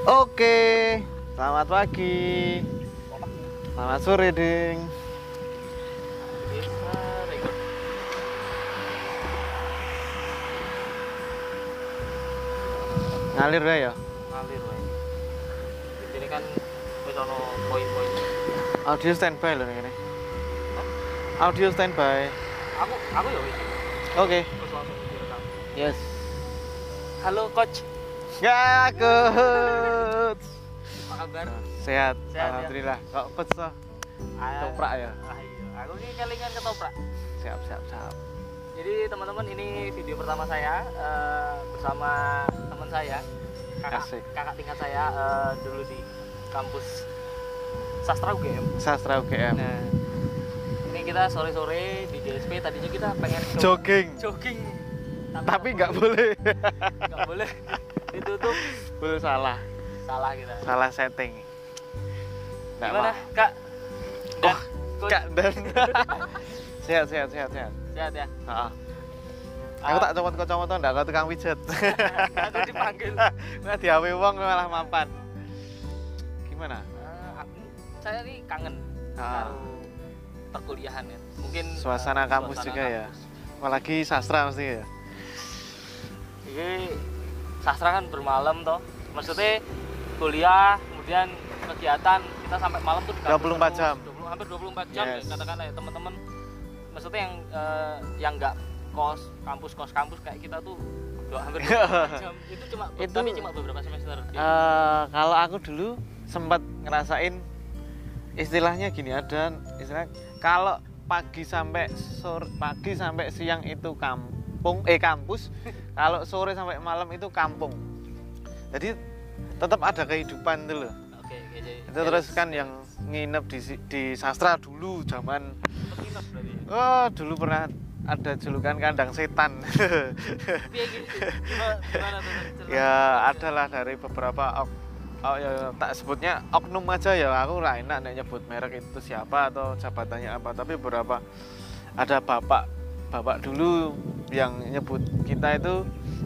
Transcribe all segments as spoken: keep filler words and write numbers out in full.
Oke, selamat pagi. Selamat sore, Ding. Ngalir wae ya? Ngalir wae. Ini kan wis ono poin-poin. Audio standby lho ini. Audio standby. Aku aku ya wis. Oke. Terus langsung direkam. Yes. Halo coach. Ya, coach. Apa kabar? Sehat, Sehat, alhamdulillah. Kok coach toh? Ketoprak ya? Ah, iya. Aku ini kelingan ketoprak. Siap, siap, siap. Jadi teman-teman, ini video pertama saya uh, bersama teman saya, kakak, Asik. kakak tingkat saya uh, dulu di kampus Sastra U G M. Sastra U G M. Nah, ini kita sore-sore di G S P. Tadinya kita pengen Jogging. jogging, Tapi nggak boleh. nggak boleh. Ditutup. Boleh salah. Salah kita. Salah setting. Nggak Gimana, mau. Kak? Dan, Oh, Coach? Kak dan. Sehat, sehat, sehat, sehat. Sehat ya? Heeh. Aku tak copot kacamata ndak karo tukang pijet. Aku dipanggil. Nah, diawe wong malah mapan. Gimana? Eh, aku, saya nih kangen Ah. karo perkuliahan ya. Mungkin Suasana eh, kampus suasana juga ya. kampus. Apalagi sastra mesti ya. Ini sastra kan bermalam toh. Maksudnya kuliah, kemudian kegiatan kita sampai malam tuh dua puluh empat jam. dua puluh, hampir dua puluh empat jam Yes. ya, katakanlah ya teman-teman. Maksudnya yang eh, yang enggak kos kampus kos kampus kayak kita tuh dua hampir dua puluh empat jam. Itu cuma Itu- tapi cuma beberapa semester. Eh, kalau aku dulu sempat ngerasain istilahnya gini, ada istilah kalau pagi sampai sore, pagi sampai siang itu kampung eh kampus, kalau sore sampai malam itu kampung. Jadi tetap ada kehidupan tuh loh. Oke, oke. Jadi Itu terus kan yang nginep di si- di sastra dulu zaman tetap nginep berarti. oh dulu pernah ada julukan kandang setan. Piye gitu? Gimana gimana tuh? Cerita- Ya adalah dari beberapa ok, oh, ya, ya, tak sebutnya oknum aja ya, aku lah enak nek nyebut merek itu siapa atau jabatannya apa, tapi beberapa ada bapak bapak dulu yang nyebut kita itu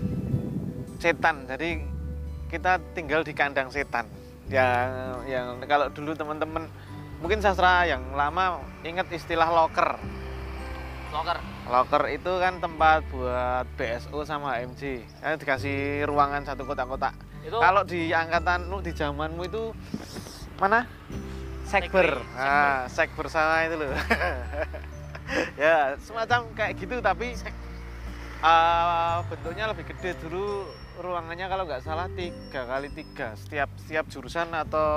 setan, jadi kita tinggal di kandang setan. Yang yang kalau dulu teman-teman mungkin sastra yang lama ingat istilah loker. Loker. Loker itu kan tempat buat B S O sama H M J. Kan dikasih ruangan satu kotak-kotak. Itu Kalau di angkatanmu di zamanmu itu mana? Sekber. Sekber. Ah, sekber sana itu loh. Ya, semacam kayak gitu tapi uh, bentuknya lebih gede. Dulu ruangannya kalau nggak salah tiga kali tiga. Setiap setiap jurusan atau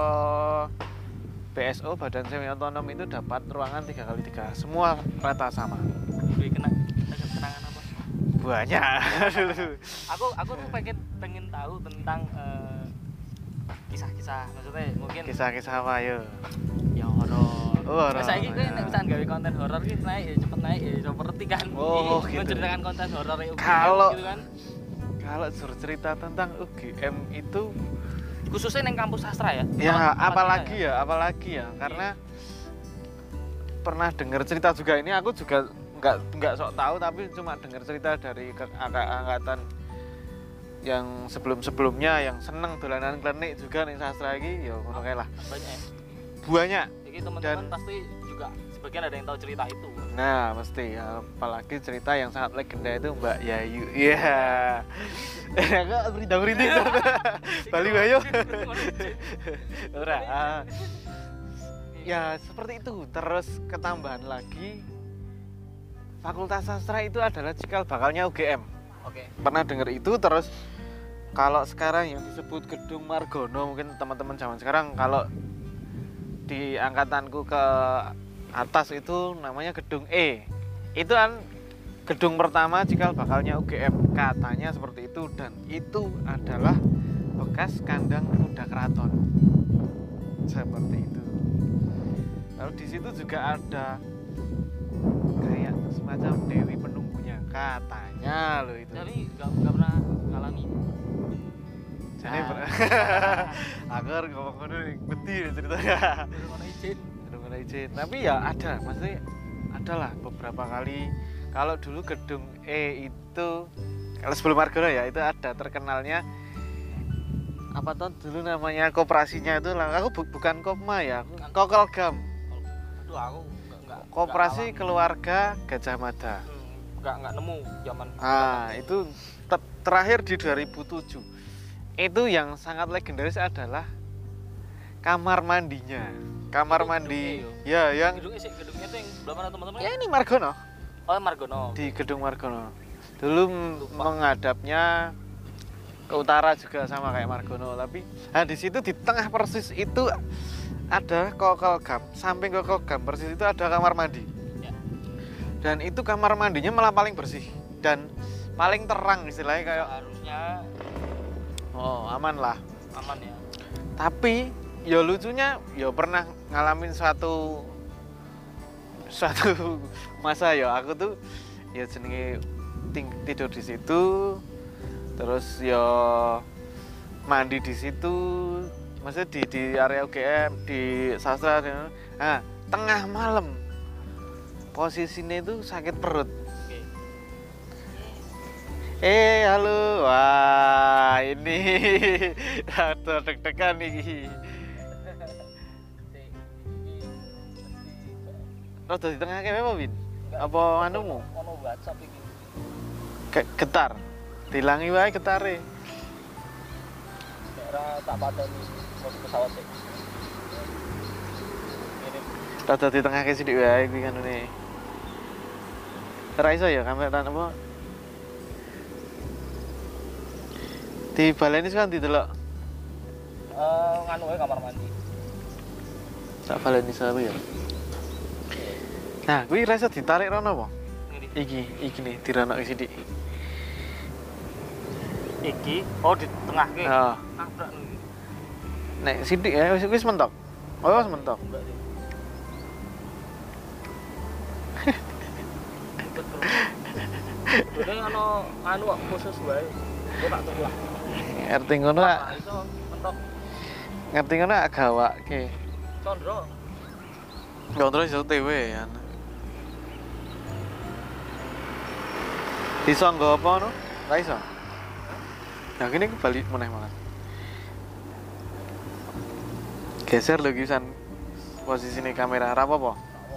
B S O Badan Semi Otonom itu dapat ruangan tiga kali tiga. Semua rata sama. gue kena kenangan apa? Banyak dulu. Aku aku tuh pengen pengen tahu tentang eh, kisah-kisah, maksudnya mungkin Kisah-kisah apa yo? ya horor. Oh, horor, Nah, saiki kowe ya. nek bisa gawe konten horor ki naik ya cepet naik ya seperti kan. Oh, Ini gitu. menceritakan konten horor ya, Kalau- gitu kan. Kalau suruh cerita tentang U G M itu Khususnya neng kampus sastra ya. ya Tempat- tempat apalagi kita ya, apalagi ya karena pernah dengar cerita juga ini, aku juga nggak nggak sok tahu tapi cuma dengar cerita dari ke- angka- angkatan yang sebelum-sebelumnya yang seneng dolanan klenik juga nih sastra lagi ya ngono kae lah. Banyak ya. Banyak. Jadi teman-teman Dan- pasti juga sebagian ada yang tahu cerita itu. Nah, mesti apalagi cerita yang sangat legenda itu Mbak Yayu. Iya. Kok berita-berita Bali Bayu. Ora. ah. Ya seperti itu. Terus ketambahan lagi Fakultas Sastra itu adalah cikal bakalnya U G M. Oke. Pernah dengar itu. Terus kalau sekarang yang disebut Gedung Margono, mungkin teman-teman zaman sekarang kalau di angkatanku ke atas itu namanya Gedung E. Itu kan gedung pertama cikal bakalnya U G M, katanya seperti itu, dan itu adalah bekas kandang kuda keraton. Seperti itu. Lalu di situ juga ada kayak semacam dewi penunggunya katanya loh itu. Tapi nggak nggak pernah ngalami. Jadi Nah. ber- aku harus ngomong ngono nih, beti ceritanya. Belum ada izin. Belum ada izin. Tapi ya ada, maksudnya adalah beberapa kali. Kalau dulu gedung E itu kalau sebelum Margono ya itu ada terkenalnya apa tuh dulu namanya koperasinya itu lah. Aku bu- bukan Kopma ya, aku Kokelgam. Aduh aku nggak nggak Koperasi nggak Keluarga Gajah Mada. Hmm, nggak nggak nemu zaman. Ah, itu ter- terakhir di dua ribu tujuh. Itu yang sangat legendaris adalah kamar mandinya. Kamar Itu mandi. gedungnya Ya, yang Gedungnya sih, gedungnya tuh yang sebelah mana teman-teman? ya ini Margono. Oh Margono. Di Gedung Margono. Dulu m- Lupa. menghadapnya ke utara juga sama kayak Margono, tapi nah di situ di tengah persis itu ada Kokelgam. Samping Kokelgam persis itu ada kamar mandi. Ya. Dan itu kamar mandinya malah paling bersih dan paling terang istilahnya kayak Harusnya oh, aman lah. aman ya. Tapi ya lucunya ya pernah ngalamin suatu suatu masa ya aku tuh ya jenenge ting- tidur di situ terus ya mandi di situ maksudnya di di area U G M di sastra nah tengah malam posisinya itu sakit perut. Oke. Eh halo wah ini ada deg-degan nih. Rada di tengah kayak apa, Win? Apa anumu? Ono WhatsApp iki. Kayak getar. Dilangi wae getare. Daerah tak padani pos pesawat sih. Mirip. Rada di tengah kayak sithik wae kuwi kanune. Ora iso ya kamera apa? Di baleni kan didelok. Eh nganu wae kamar mandi. Tak baleni sapa ya? Nah, kuwi rasa ditarik rono apa? Ngene. Iki, iki nih dironoki sithik. Iki oh di tengah ke. Heeh. Nabrak nih. Nek sithik ya wis wis mentok. Oh, wis mentok. Enggak sih. Udah ono anu kok khusus wae. Kok tak tunggu lah. Ngerti ngono Nah, ah, iso mentok ngerti ngono ah gawake. condro. Kontrol iso T W ya. Iso nggo apa no? Ora iso. Nah, kene kebalik meneh malah. Geser lho Gisan. Posisine kamera ora apa-apa.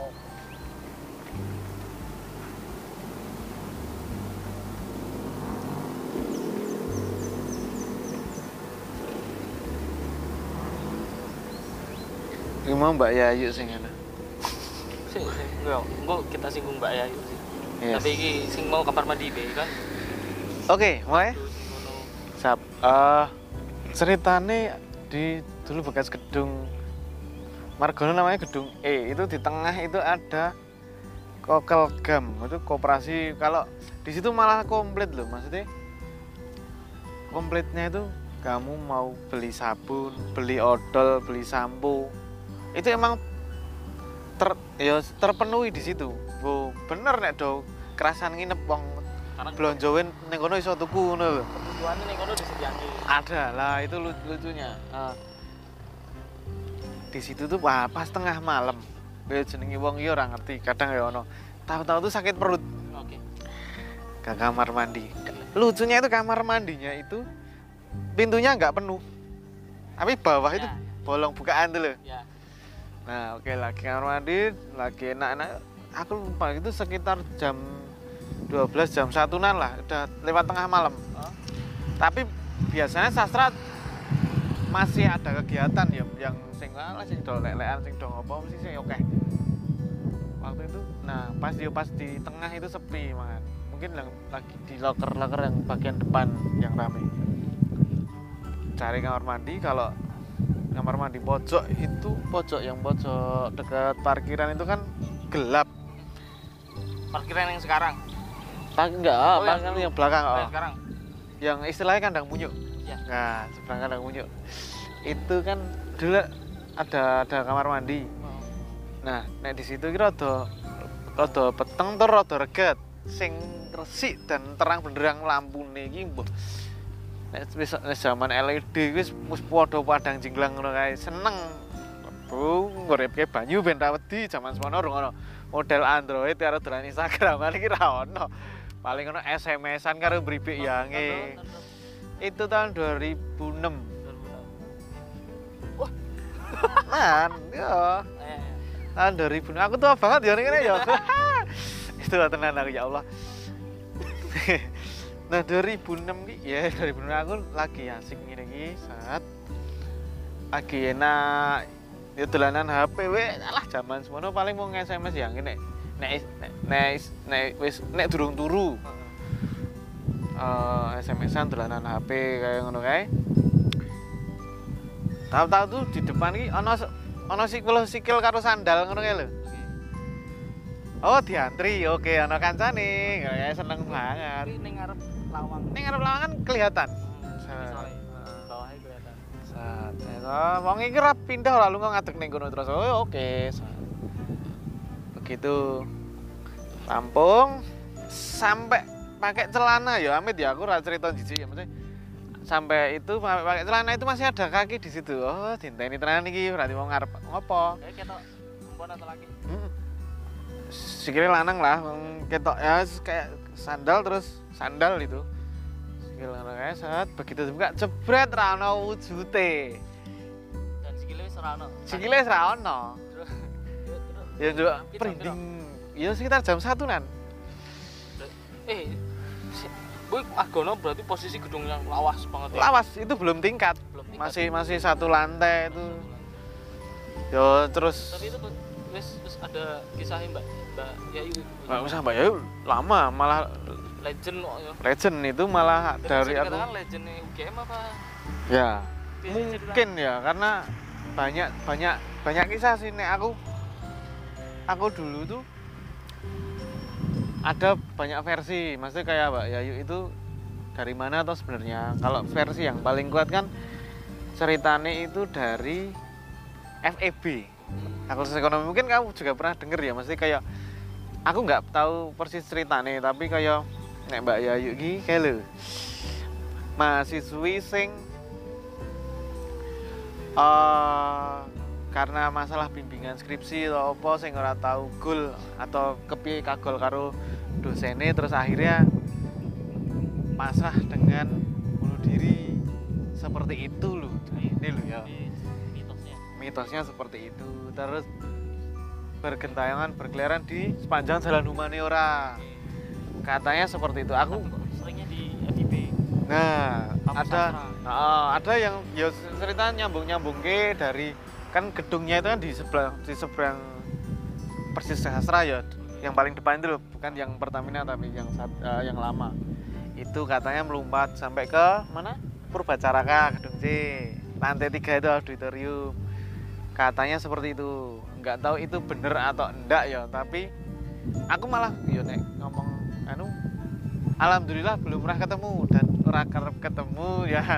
Iki mau Mbak Yayu sing ngono. Sik, sik. Enggak, engko kita singgung Mbak Yayu sih. Yes. Tapi iki sing mau kamar mandi be kan. Oke, mulai. Terus ngono. Sap. Eh ceritane di dulu bekas gedung Margono namanya gedung E. Itu di tengah itu ada Kokelgam. Itu koperasi kalau di situ malah komplit loh, maksudnya komplitnya itu kamu mau beli sabun, beli odol, beli sampo. Itu emang ter ya terpenuhi di situ. Bu, bener nek do kerasan nginep wong Karena blonjoin ning kono iso tuku ngono lho. kebutuhannya ning kono disediani. Ada lah itu lu- lucunya. Ah. Di situ tuh wah, pas tengah malam. Ya jenenge wong ya ora ngerti, kadang ya ono. Tahu-tahu tuh sakit perut Oke. ke kamar mandi. Lucunya itu kamar mandinya itu pintunya nggak penuh. Tapi bawah itu Ya. bolong bukaan tuh loh. Ya. Nah, oke lagi kamar mandi, lagi enak-enak. Aku lupa itu sekitar jam dua belas jam satuan lah, udah lewat tengah malam. Oh. Tapi biasanya sastra masih ada kegiatan ya yang sing ala sing do lelekan sing do ngopo mesti sing oke. Waktu itu nah pas dia pas di tengah itu sepi man. Mungkin yang lagi di loker-loker yang bagian depan yang ramai. Cari kamar mandi, kalau kamar mandi pojok itu pojok yang pojok dekat parkiran itu kan gelap. Parkiran yang sekarang. Pak enggak, Oh, yang parkiran dulu. yang belakang. Oh, Oh. yang sekarang. Yang istilahnya kandang munyuk. Ya. Nah, seberang kandang munyuk. Itu kan dulu ada ada kamar mandi. Oh. Nah, nek di situ kira rada rada peteng tur rada reget. Sing resik dan terang benderang lampune iki mbah. Nek wis wis zaman L E D wis wis padha padang jinglang ngono kae. Seneng. Bu, nguripke banyu ben ra wedi zaman semono ora ngono. Model Android karo dolan Instagram iki ra ono. Paling ono S M S-an karo bribik yange. Itu tahun dua ribu enam. dua ribu enam. Nah, iya. Eh, Tahun dua ribu. Aku tua banget ya ngene ya. Itu tenan aku ya Allah. Nah, dua ribu enam ki ya, dua ribu enam aku lagi asik ngene iki saat lagi enak ya dolanan H P we alah zaman semono paling mau nge-S M S ya ngene. Nek nek nek nek wis nek durung turu. Eh S M S-an dolanan H P kayak ngono kae. Tahu-tahu tuh di depan iki ana ana sikil sikil karo sandal ngono kae lho. Oh, diantri. Oke, ana kancane. Kayak seneng banget. tapi ning ngarep lawang. Ning ngarep lawangan kan kelihatan. Hmm, sorry. Bawahnya kelihatan. Sat. Ya, wong iki ra pindah lalu kok ngadeg ning kono terus. Oh, oke. Sat. Begitu rampung sampai pakai celana ya Amit ya aku ra cerita jijik ya maksudnya sampai itu pakai celana itu masih ada kaki di situ. Oh, dinteni tenan iki berarti mau ngarep ngopo. Kayak ketok perempuan atau laki? Hmm. Sikile lanang lah, wong ketok ya kayak sandal terus sandal itu. Sikil ngono kae saat begitu buka jebret ra ono wujute. Dan sikile wis ora ono. Sikile wis ra ono. Terus Ya nduk Piro, merinding. Ya sekitar jam satu-an. Eh, si- Boy Argono berarti posisi gedung yang lawas banget ya? Lawas itu belum tingkat. Belum tingkat. Masih masih satu lantai itu. Yo terus Tapi itu wis wis ada kisahnya Mbak Mbak Yayu. nggak usah Mbak Yayu lama malah Legend kok ya. legend itu malah Itu dari bisa aku. dikatakan legendnya U G M apa? Ya Bisa mungkin ya karena banyak banyak banyak kisah sih nek aku aku dulu tuh ada banyak versi maksudnya kayak Mbak Yayu itu dari mana atau sebenarnya kalau versi yang paling kuat kan ceritanya itu dari F E B Fakultas Ekonomi mungkin kamu juga pernah denger ya maksudnya kayak aku nggak tahu persis ceritanya tapi kayak nek Mbak Yayu iki kayak lho mahasiswi sing eh karena masalah bimbingan skripsi atau apa sing ora tahu goal atau kepiye kagol karo dosennya terus akhirnya pasrah dengan bunuh diri seperti itu loh ini loh ya Di mitosnya. mitosnya seperti itu terus bergentayangan berkeliaran di sepanjang jalan humaniora katanya seperti itu aku Tapi kok seringnya di F I B. nah Kampus ada sastra. nah, ada yang ya cerita nyambung nyambung ke dari kan gedungnya itu kan di sebelah di seberang persis sastra ya yang paling depan itu loh bukan yang Pertamina tapi yang sat- eh, yang lama itu katanya melompat sampai ke mana Purbacaraka gedung C lantai tiga itu auditorium katanya seperti itu nggak tahu itu bener atau enggak ya tapi aku malah yo nek ngomong anu alhamdulillah belum pernah ketemu dan ora kerep ketemu ya kan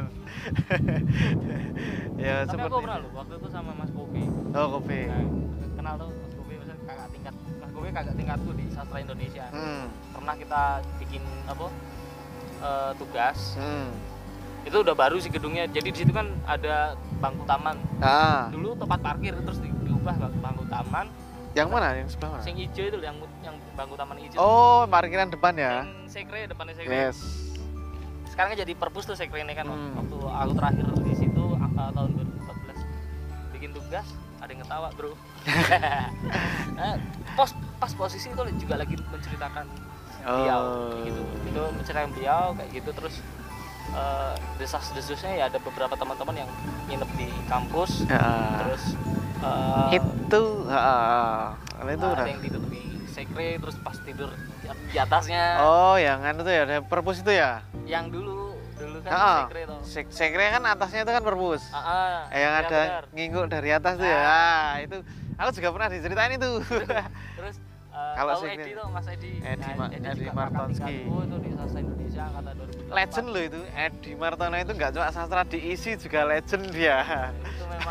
ya Tapi seperti aku pernah loh waktu itu sama Mas Kopi. oh kopi Nah, kenal tuh Mas Kopi maksudnya kakak tingkat. Mas Kopi kakak tingkatku di sastra Indonesia. hmm. Pernah kita bikin apa? eh, tugas. Hmm. Itu udah baru sih gedungnya. Jadi di situ kan ada bangku taman. Ah, Dulu tempat parkir terus di- diubah bang- bangku taman. yang mana yang sebelah mana Sing hijau itu yang yang bangku taman hijau. oh parkiran depan ya Yang sekre depannya sekre. yes Sekarang kan jadi perpus tuh sekre ini kan. Hmm. Waktu aku terakhir di situ uh, tahun dua ribu empat belas bikin tugas ada yang ketawa bro. Eh, pos pas posisi itu juga lagi menceritakan beliau Oh. kayak gitu. Itu menceritakan beliau kayak gitu terus eh, desas-desusnya ya ada beberapa teman-teman yang nginep di kampus ya. terus eh, itu ah, itu ada udah yang tidur di sekre terus pas tidur di, di atasnya oh yang anu tuh ya ada perpus itu ya yang dulu dulu kan Ah, sekre tuh. Sek- sekre kan atasnya itu kan perpus Ah, ah, eh, yang iya, ada benar. ngingguk dari atas tuh ya Ah. ah, itu aku juga pernah diceritain itu Terus eh, Kalau tahu sekre- Edi tuh Mas Edi. Edi Ma- Edi juga kakak Martonski. tingkatku itu di Sastra Indonesia angkatan dua ribu delapan. legend loh itu Edi Martono itu nggak cuma sastra diisi juga legend dia Itu memang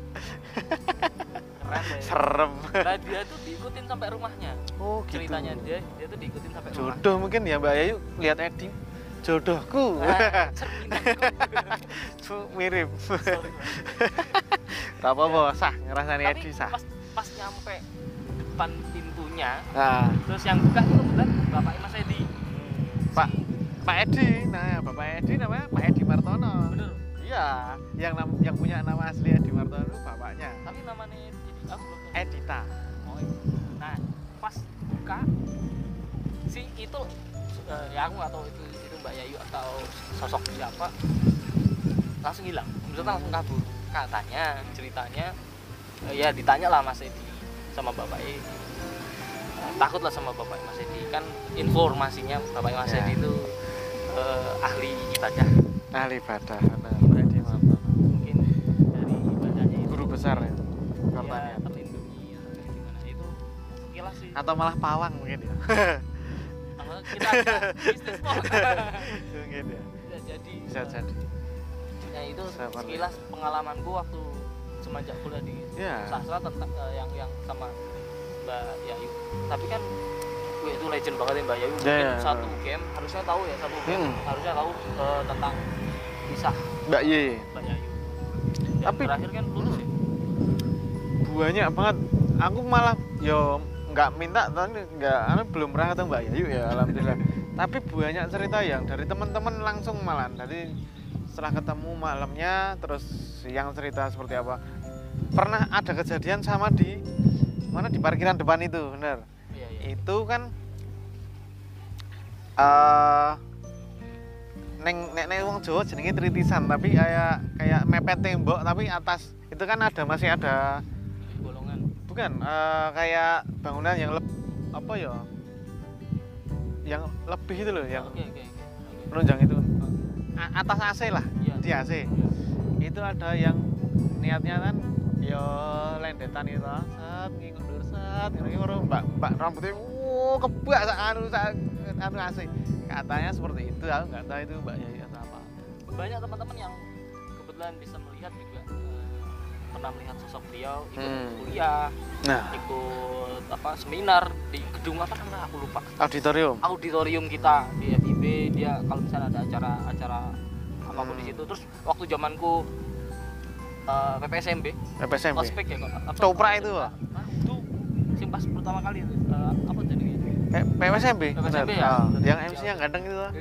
keren deh. serem Nah dia tuh diikutin sampai rumahnya. oh gitu Ceritanya dia dia tuh diikutin sampai rumah. jodoh mungkin ya Mbak Ayu lihat Edi jodohku Ah, cerminanku. Tuh, mirip Sorry, Mas. tak apa-apa sah ngerasani Tapi Edi sah pas pas nyampe depan pintunya nah terus yang buka itu kebetulan bapaknya Mas Edi. Pak Pak Edi nah Bapak Edi namanya Pak Edi Martono Bener. iya Enggak, yang nam, yang punya nama asli Edi Martono itu bapaknya. Tapi namanya jadi aku belum tahu. Edita. Oh, iya. Nah, pas buka si itu uh, ya aku nggak tahu itu itu Mbak Yayu atau sosok siapa, langsung hilang, maksudnya langsung kabur. Katanya ceritanya uh, ya ditanya lah Mas Edi sama Bapak E, uh, takut lah sama Bapak Mas Edi, kan informasinya Bapak Mas Ya. Edi itu uh, ahli ibadah, Ahli ibadah. Benar, Edi Martono. mungkin dari ibadahnya itu Guru besar ya. ya, Pertanian. terlindungi atau kayak gimana itu sekilas sih. Atau malah pawang mungkin ya. Apa kita ada bisnis kok. Mungkin ya. Ya, jadi Bisa uh, jadi. ya itu Siapa sekilas pengalamanku waktu semenjak kuliah di Ya. sastra tentang uh, yang yang sama Mbak Yayu. Tapi kan wih, itu legend banget ya Mbak Yayu. Mungkin Ya, ya. satu game harusnya tahu ya satu game Hmm. harusnya tahu uh, tentang kisah Mbak Ye. Mbak Yayu. Dan Tapi- terakhir kan lulus ya. Banyak banget. Aku malah yo nggak minta tapi nggak anu belum pernah ketemu Mbak Yayu ya alhamdulillah. Tapi banyak cerita yang dari teman-teman langsung malah. Jadi setelah ketemu malamnya terus yang cerita seperti apa. Pernah ada kejadian sama di mana di parkiran depan itu, bener. Iya iya. Itu kan eh neng nek nek wong Jawa jenenge tritisan tapi kayak kayak mepet tembok tapi atas itu kan ada masih ada Golongan. bukan eh, kayak bangunan yang leb, apa ya yang lebih itu loh yang Oke oke oke. Oke. penunjang itu A- atas A C lah Iya. di A C Iya. itu ada yang niatnya kan yo lendetan itu set ngundur set ngene mbak mbak rambutnya wow kebak sak anu sak anu A C katanya seperti itu aku nggak tahu itu mbak Yayu atau apa. Banyak teman-teman yang kebetulan bisa melihat juga eh, pernah melihat sosok beliau ikut Hmm. kuliah, Nah, ikut apa seminar di gedung apa namanya aku lupa, auditorium. auditorium kita di F I B. Dia kalau misalnya ada acara-acara apapun Hmm. di situ. Terus waktu zamanku eh, P P S M B, P P S M B. ospek ya kok apa Copra itu, Pak? Nah, itu simpas pertama kali itu eh, apa jadinya P P S M B. P P S M B bener. ya? Oh, yang M C yang ganteng itu. Pak.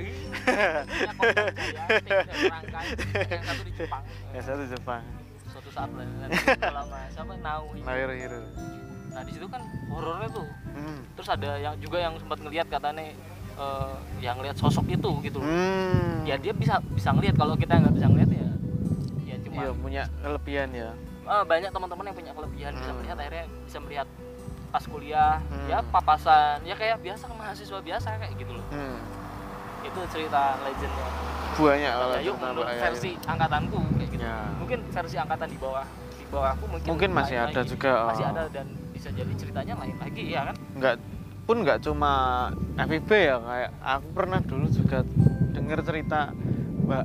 yang satu di Jepang. Ya satu Jepang. Suatu saat lah lama siapa Naui. Nair Hiro. Nah di situ kan horornya tuh. Hmm. Terus ada yang juga yang sempat ngelihat katanya eh, yang ngelihat sosok itu gitu. Hmm. Ya dia bisa bisa ngelihat, kalau kita nggak bisa ngelihat ya ya cuma Iya punya kelebihan ya. eh, banyak teman-teman yang punya kelebihan bisa Hmm. melihat, akhirnya bisa melihat pas kuliah Hmm. ya papasan ya kayak biasa mahasiswa biasa kayak gitu loh. Hmm. Itu cerita legendnya. Banyak kalau Ya, yuk cerita menurut Mbak Yayu. versi angkatanku kayak gitu. Ya. Mungkin versi angkatan di bawah di bawah aku mungkin Mungkin masih lain ada lagi. juga, oh. Masih ada dan bisa jadi ceritanya lain lagi ya kan. Nggak pun nggak cuma F I B ya, kayak aku pernah dulu juga dengar cerita Mbak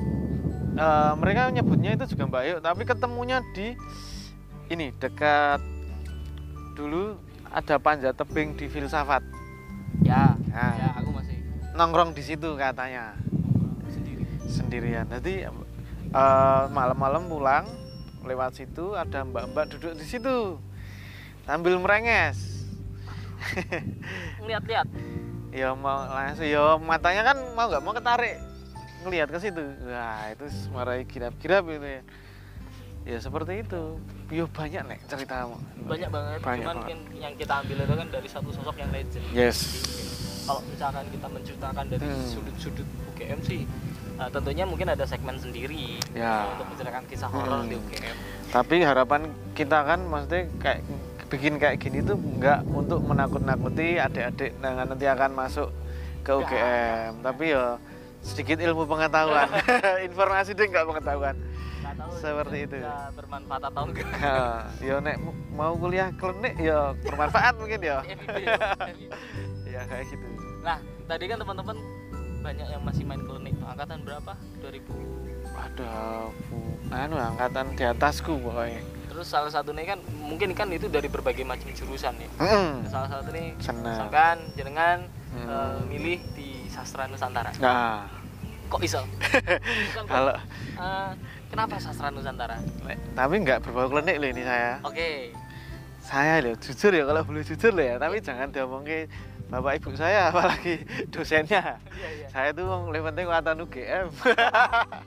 eh, mereka nyebutnya itu juga Mbak Ayu tapi ketemunya di ini dekat dulu ada panjat tebing di filsafat. Ya, Nah. ya aku masih Nongkrong di situ katanya sendiri. sendirian. Jadi eh, malam-malam pulang lewat situ ada mbak-mbak duduk di situ sambil merenges. Ngeliat-liat. Ya mau langsung ya matanya kan mau nggak mau ketarik ngelihat ke situ. Wah itu marai kirap-kirap itu ya. Ya seperti itu. Yo banyak nek cerita. Banyak banget. Banyak Cuman banget. mungkin yang kita ambil itu kan dari satu sosok yang legend. Yes. Kalau misalkan kita menceritakan dari Hmm. sudut-sudut U G M sih, uh, tentunya mungkin ada segmen sendiri Ya. uh, untuk menceritakan kisah horor Hmm. di U G M. Tapi harapan kita kan maksudnya kayak bikin kayak gini tuh nggak untuk menakut-nakuti adik-adik nah nanti akan masuk ke U G M. Tapi ya sedikit ilmu pengetahuan, informasi deh nggak pengetahuan. Nggak tahu Seperti bisa- itu. bisa bermanfaat atau enggak. Ya nek mau kuliah klinik ya bermanfaat mungkin ya. F I B, F I B. Ya kayak gitu. Nah, tadi kan teman-teman banyak yang masih main klinik. Angkatan berapa? dua ribu. Ada bu, anu angkatan di atasku pokoknya. Terus salah satu nih kan mungkin kan itu dari berbagai macam jurusan ya. Hmm. Salah satu nih Senang. sampean jenengan Hmm. eh, milih di sastra Nusantara. Nah, Kok iso? Bukan kok. kalau Eh, kenapa sastra Nusantara? nek- tapi nggak berbau klinik loh ini saya. Oke. Saya loh jujur ya kalau boleh jujur loh ya, tapi jangan diomong ke bapak ibu saya apalagi dosennya. Iya iya. Saya tuh lebih penting kuatan U G M.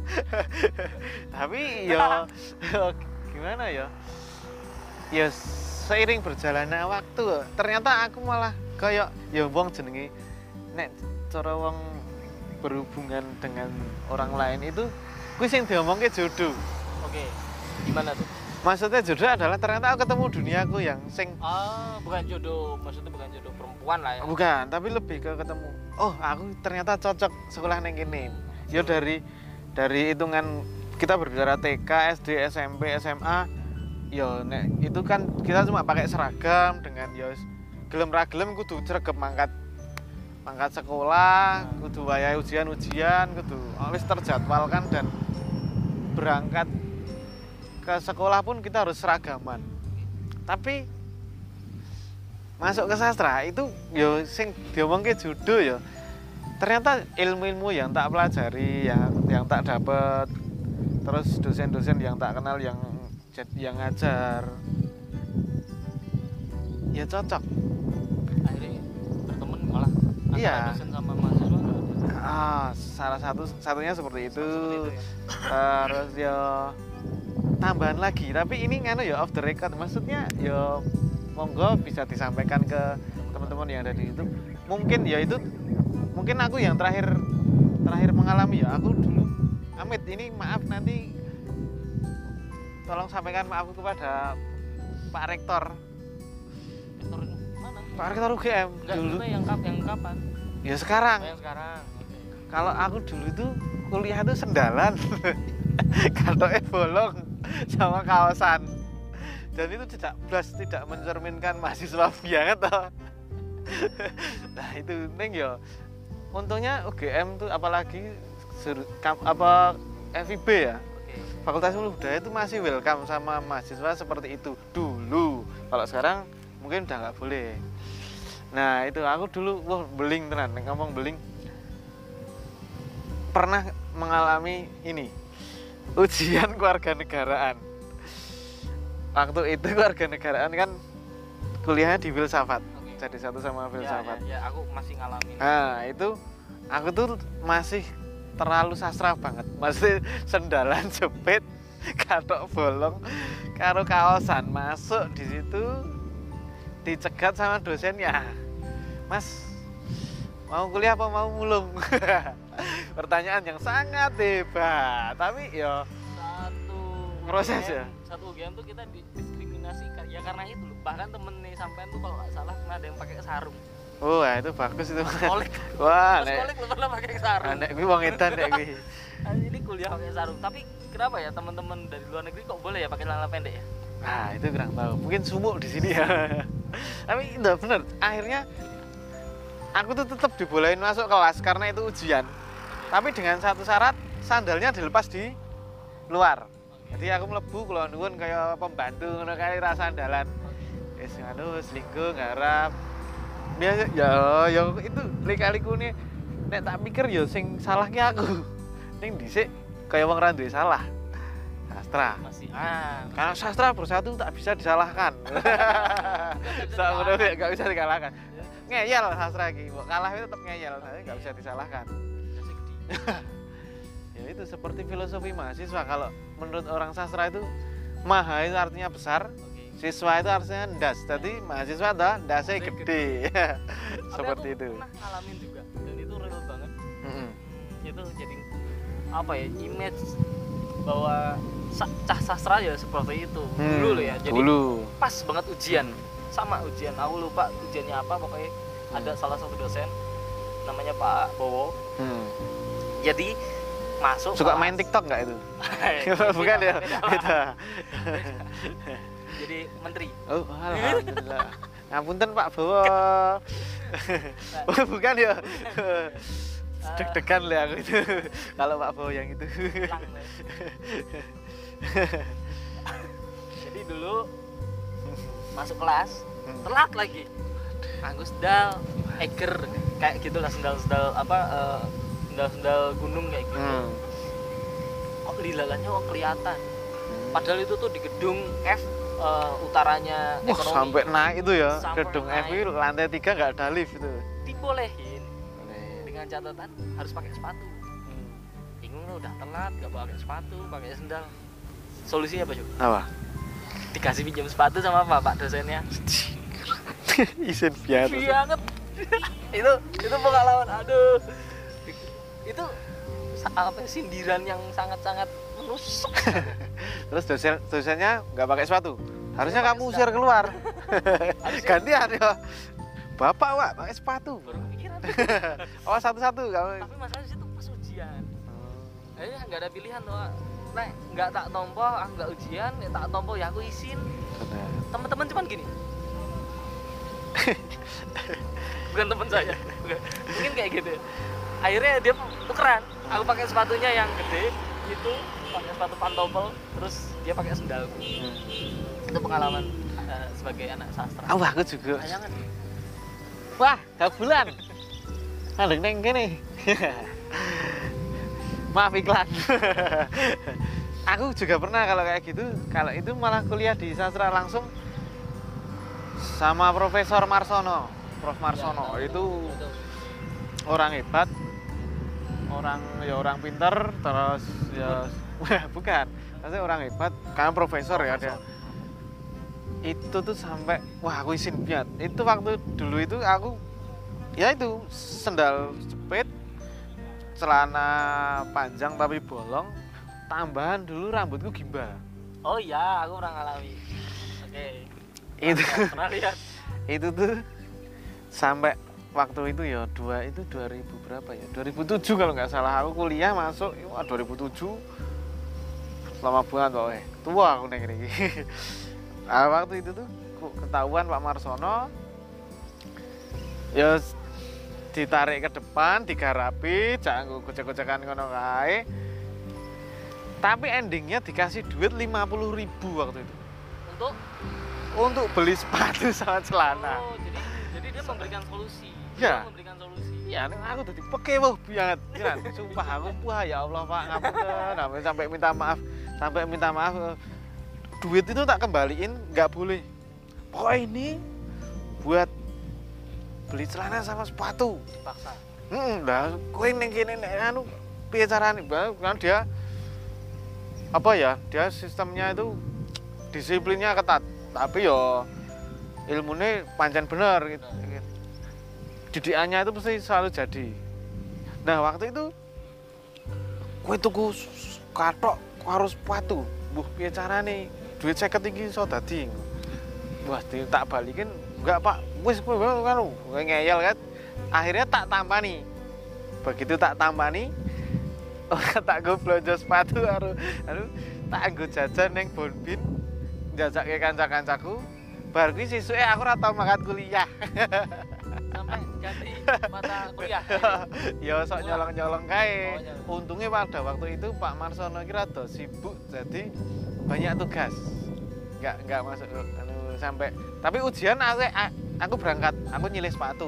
Tapi ya gimana ya? Ya seiring berjalannya waktu ternyata aku malah kayak ya wong jenenge nek cara wong berhubungan dengan orang lain itu kuwi sing diomongke jodoh. Oke. Gimana tuh? Maksudnya jodoh adalah ternyata aku ketemu duniaku yang sing Ah, bukan jodoh, maksudnya bukan jodoh perempuan lah ya. bukan, tapi lebih ke ketemu. Oh, aku ternyata cocok sekolah neng kene. Ya dari dari hitungan kita berbicara T K, S D, S M P, S M A. Ya nek itu kan kita cuma pakai seragam dengan ya gelem ra gelem kudu sregep mangkat mangkat sekolah, kudu wayahe ujian-ujian, kudu wis terjadwalkan dan berangkat ke sekolah pun kita harus seragaman. Tapi masuk ke sastra itu yo sing diomongke jodoh ya. Ternyata ilmu-ilmu yang tak pelajari, yang yang tak dapat, terus dosen-dosen yang tak kenal yang yang ngajar, ya cocok. Akhirnya berteman malah antara Iya. dosen sama mahasiswa. Ah, salah satu satunya seperti itu. Seperti itu ya. Terus ya tambahan lagi, tapi ini nganu ya off the record. Maksudnya ya monggo bisa disampaikan ke teman-teman yang ada di itu. Mungkin ya itu mungkin aku yang terakhir terakhir mengalami ya. Aku dulu Amit ini maaf nanti tolong sampaikan maafku kepada Pak Rektor. Rektor mana? Pak Rektor U G M Enggak, dulu. itu yang kap yang kapan? Ya sekarang. Oh, yang sekarang. Oke. Kalau aku dulu itu kuliah itu sendalan, katoknya bolong sama kaosan. Dan itu tidak belas tidak mencerminkan mahasiswa banget toh. Nah itu neng yo. Untungnya U G M tuh apalagi sur, kam, apa F I B ya. Oke. Fakultas Ilmu Budaya itu masih welcome sama mahasiswa seperti itu dulu. Kalau sekarang mungkin udah nggak boleh. Nah itu aku dulu wah beling tenan, ngomong beling. Pernah mengalami ini ujian kewarganegaraan. Waktu itu kewarganegaraan kan kuliahnya di filsafat, Oke. jadi satu sama Ya, filsafat. ya, ya, aku masih ngalamin. Nah itu aku tuh masih terlalu sastra banget, masih sendalan jepit, katok bolong, karo kaosan masuk di situ dicegat sama dosennya, Mas mau kuliah apa mau mulung? Pertanyaan yang sangat hebat, tapi ya Satu Proses U G M, ya? Satu U G M tuh kita didiskriminasi ya karena itu loh. Bahkan temen nih sampean tuh kalau nggak salah pernah ada yang pakai sarung. wah itu bagus itu. Kolek. Wah, Terus nek kolek lu pernah pakai sarung. nek kuwi wong edan nek kuwi. Nah, ini kuliah pakai sarung. Tapi kenapa ya teman-teman dari luar negeri kok boleh ya pakai celana pendek ya? Nah, itu kurang tahu. Mungkin sumuk di sini ya. Tapi udah bener. Akhirnya aku tuh tetap dibolehin masuk kelas karena itu ujian. Tapi dengan satu syarat, sandalnya dilepas di luar. Jadi aku mlebu kula nuwun kaya pembantu ngono kae ra sandalan. Wis anu selingkuh garap. Biasa ya ya itu lika-liku nih nek tak mikir ya sing salah ki aku. Ning dhisik kaya wong ra duwe salah. Sastra. Masih ah. Karena sastra bersatu tak bisa disalahkan. Sak ngono enggak bisa dikalahkan. Ngeyel sastra iki, mbok kalah itu tetep ngeyel, tapi enggak bisa disalahkan. Masih gede. Ya itu seperti filosofi mahasiswa, kalau menurut orang sastra itu maha itu artinya besar, Oke. siswa itu artinya ndas. Jadi mahasiswa adalah ndasnya Ndasnya gede. Seperti Tapi itu. aku pernah ngalamin juga dan itu real banget. Mm-mm. Hmm, itu jadi apa ya image bahwa sa- cah sastra ya seperti itu Hmm, dulu loh ya. Jadi dulu. pas banget ujian sama ujian aku lupa ujiannya apa pokoknya ada salah satu dosen namanya Pak Bowo. Hmm. Jadi masuk Suka kelas. main TikTok nggak itu? Beda, Bukan ya? beda. Beda. Jadi menteri. Oh, alhamdulillah. Ngapunten Pak Bowo. Oh, bukan ya? Deg-degan lah aku itu. Kalau Pak Bowo yang itu. Hilang, Mas. Jadi dulu masuk kelas telat lagi. Nganggo sendal eger kayak gitulah sendal-sendal apa eh, sendal-sendal gunung kayak gitu. Hmm. Kok lilalannya kok kelihatan. Padahal itu tuh di gedung F eh, utaranya Wah, ekonomi. sampai naik itu ya. Sampai Gedung F naik. itu lantai tiga nggak ada lift itu. Dibolehin dengan catatan harus pakai sepatu. Bingung lo udah telat telat nggak pakai sepatu pakai sendal, solusinya apa, Cuk? Apa? Dikasih pinjam sepatu sama apa pak dosennya? Isin biar. Banget. itu itu pengalaman, aduh, itu apa sindiran yang sangat-sangat menusuk. Terus dosen dosennya nggak pakai sepatu, harusnya Pakai kamu sendal. usir keluar. Harusnya- Gantian ya, bapak Wak pakai sepatu. Baru kepikiran. Oh satu-satu kamu. Tapi masalahnya situ pas ujian, Hmm. akhirnya nggak ada pilihan tuh. Nah, nggak tak tompo, ah nggak ujian, ya tak tompo ya aku isin. Benar. Teman-teman cuman gini. Bukan teman saya, bukan. Mungkin kayak gitu. Akhirnya dia tukeran. Aku pakai sepatunya yang gede, itu pakai sepatu pantofel, terus dia pakai sendal. Hmm. Itu pengalaman uh, sebagai anak sastra. Oh, aku juga. Sayangan. Wah, gabulan. Ada neng kene. Maaf iklan. Aku juga pernah kalau kayak gitu. Kalau itu malah kuliah di sastra langsung sama Profesor Marsono. Prof Marsono Ya, tahu, itu tahu, tahu. orang hebat, orang ya orang pinter, terus ya bukan, maksudnya orang hebat karena profesor ya dia. Itu tuh sampai wah aku isin banget. Itu waktu dulu itu aku ya itu sendal jepit, celana panjang tapi bolong, tambahan dulu rambutku gimbal. Oh iya, aku pernah ngalami. Oke. Itu Pernah lihat. itu tuh sampai waktu itu ya dua itu dua ribu berapa ya dua ribu tujuh kalau nggak salah aku kuliah masuk wah dua ribu tujuh lama banget pokoknya tua aku neng ini. Nah, waktu itu tuh ku- ketahuan Pak Marsono ya s- ditarik ke depan digarapi jangan gocek-gocekan ngono kae tapi endingnya dikasih duit lima puluh ribu waktu itu Untuk untuk beli sepatu sama celana. oh, jadi jadi dia memberikan solusi. Ya. Dia memberikan solusi. Ya, nek aku tadi pekewoh banget. Kan, sumpah aku wah ya Allah Pak, ngapunten, sampai sampai minta maaf, sampai minta maaf. Duit itu tak kembaliin, nggak boleh. Pokoknya ini buat beli celana sama sepatu. Dipaksa. Hmm, lah kowe ning kene nek anu piye carane? Kan dia apa ya? Dia sistemnya itu disiplinnya ketat. Tapi yo ilmunya pancen bener gitu. Didikannya itu pasti selalu jadi. Nah waktu itu kue tuku katok harus sepatu. Buh piye carane duit seket iki iso dadi. Wah di, tak balikin enggak Pak. Wis kowe kan ngeyel kan. Akhirnya tak tampani. Begitu tak tampani ora tak go belanja sepatu karo anu tak nggo jajan ning Bonbin njajake kanca-kancaku. Bar kuwi sesuke aku ora tau mangkat kuliah. Sampai ganti mata kuliah. Ya sok nyolong-nyolong kae. Oh, nyolong. Untungnya pada waktu itu Pak Marsono ki rada sibuk jadi banyak tugas. Enggak enggak masuk anu sampai tapi ujian aku aku berangkat, aku nyilih sepatu.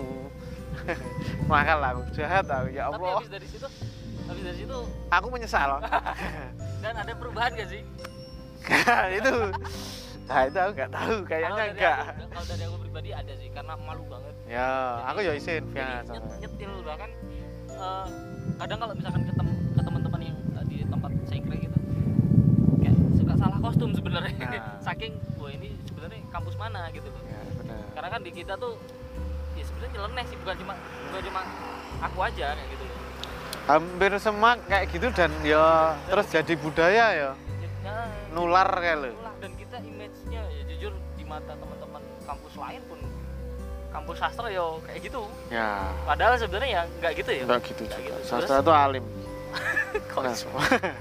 Makal aku jahat aku ya Tapi Allah. habis dari situ habis dari situ Aku menyesal. dan ada perubahan gak sih? Itu. Nah, itu aku nggak tahu, kayaknya Kalau dari enggak. aku- Kalau dari aku pribadi ada sih karena malu banget. Ya, aku ya isin Jadi biasa. nyet- nyetil bahkan eh, kadang kalau misalkan ke, tem ke teman-teman yang eh, di tempat sekre gitu kayak suka salah kostum sebenarnya. Nah. Saking wah ini sebenarnya kampus mana gitu loh. Ya, benar. Karena kan di kita tuh ya sebenarnya nyeleneh sih bukan cuma bukan cuma aku aja kayak gitu loh. Hampir semua kayak gitu dan ya terus jadi budaya ya. Nah, Nular kayak lo. itulah. Dan kita image-nya ya jujur di mata teman-teman kampus lain pun kampus sastra yo kayak gitu. Ya, Padahal sebenarnya ya nggak gitu ya. enggak gitu Nggak juga. gitu. Sastra Terus- itu alim. Kok Nah, iso?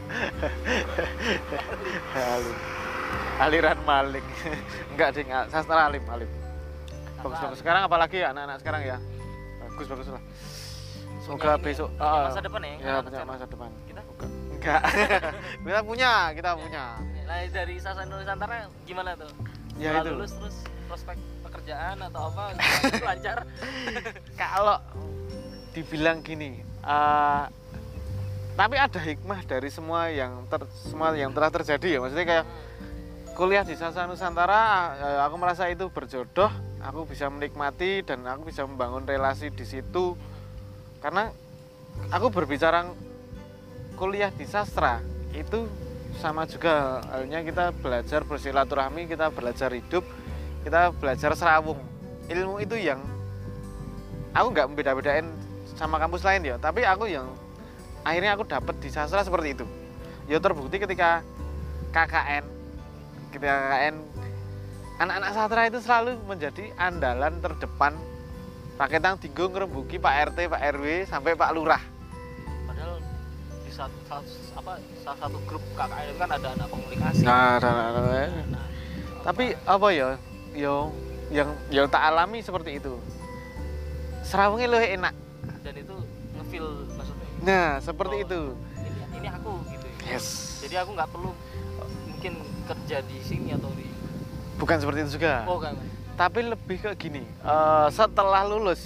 alim. Aliran maling. Enggak ding, sastra alim, alim. Bagus bagus. Sekarang apalagi ya anak-anak sekarang ya. Bagus bagus lah. Semoga Punya ini besok ya, punya ah, masa depan ya, Ya, anak-anak punya sekarang. masa depan. Kita Enggak. Kita punya, kita punya. nah dari Sastra Nusantara gimana tuh? Ya Setelah itu. lulus terus prospek pekerjaan atau apa lancar? Kalau dibilang gini, eh, tapi ada hikmah dari semua yang ter, semua yang telah terjadi ya. Maksudnya kayak kuliah di Sastra Nusantara, eh, aku merasa itu berjodoh. Aku bisa menikmati dan aku bisa membangun relasi di situ. Karena aku berbicara kuliah di sastra itu sama juga halnya kita belajar bersilaturahmi, kita belajar hidup, kita belajar serawung. Ilmu itu yang aku nggak membeda-bedain sama kampus lain ya, tapi aku yang akhirnya aku dapat di sastra seperti itu. Ya terbukti ketika K K N, ketika K K N anak-anak sastra itu selalu menjadi andalan terdepan. Paketang tinggung ngerembuki Pak R T, Pak R W sampai Pak Lurah. Padahal di satu, apa, salah satu grup K K N kan ada anak komunikasi. Nah, nah, nah, nah. Nah, Tapi apa ya, yo yang yang tak alami seperti itu. Serawungnya lebih enak. dan itu ngefeel maksudnya. Nah, seperti Oh, itu. Ini, ini aku gitu. Ya. Yes. Jadi aku nggak perlu mungkin kerja di sini atau di. Bukan seperti itu juga. Oh kan. Tapi lebih ke gini. eh, setelah lulus,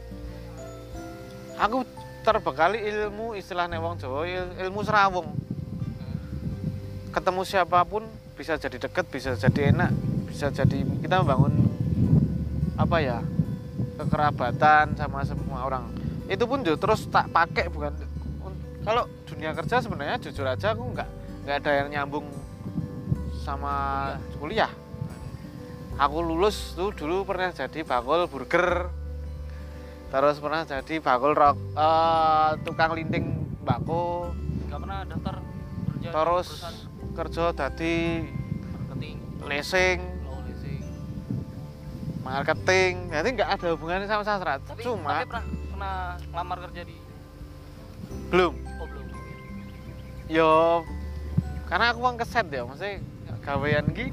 aku terbekali ilmu istilahnya wong Jawa, il- ilmu serawung. Ketemu siapapun bisa jadi deket, bisa jadi enak, bisa jadi kita membangun apa ya, kekerabatan sama semua orang. Itu pun juga terus tak pakai, bukan kalau dunia kerja sebenarnya jujur aja aku nggak nggak ada yang nyambung sama kuliah. Aku lulus tuh dulu pernah jadi bakul burger, terus pernah jadi bakul rok, eh, tukang linting bako, Nggak pernah daftar kerja di terus perusahaan kerja jadi marketing, leasing, low leasing. marketing, jadi nggak ada hubungannya sama sastra. Tapi, Cuma tapi pernah pernah ngelamar kerja di belum, oh belum. yo karena aku uang keset ya, maksudnya gawean ki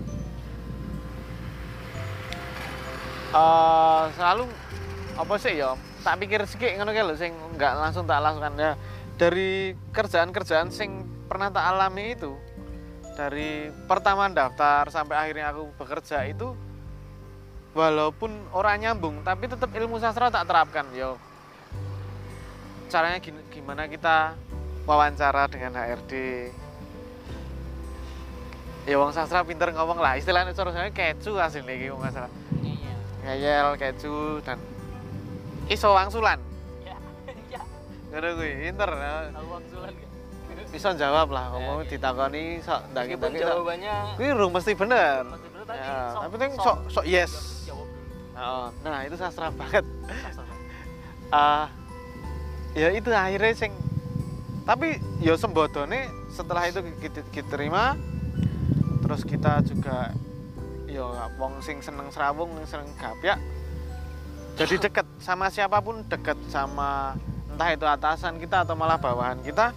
eh, selalu apa sih ya, tak pikir sikit ngono kae lho sing nggak langsung tak langsungkan ya. Dari kerjaan-kerjaan sing pernah tak alami itu, dari pertama daftar sampai akhirnya aku bekerja itu, walaupun orang nyambung tapi tetap ilmu sastra tak terapkan. Yo caranya gini- gimana kita wawancara dengan H R D, ya wong sastra pinter ngomong lah, istilahnya cara kecu aslinya iki wong sastra, Iya. ngeyel, kecu, dan iso wangsulan Ya. Ya. ngono kuwi pinter ya. Tahu waksulan enggak? Bisa jawab lah, ngomong Ya, ya. ditakoni sok Meskipun ndang-ndang jawabannya kuwi rung mesti bener. masih bener tapi Ya, sok, tapi penting sok sok yes. jawab dulu. Heeh. Nah, itu sastra banget. Sastra. Ah, ya itu akhirnya sing, tapi ya sembodone setelah itu kita, kita terima, terus kita juga ya wong sing seneng serawung, seneng gapyak, jadi deket sama siapapun, deket sama entah itu atasan kita atau malah bawahan kita,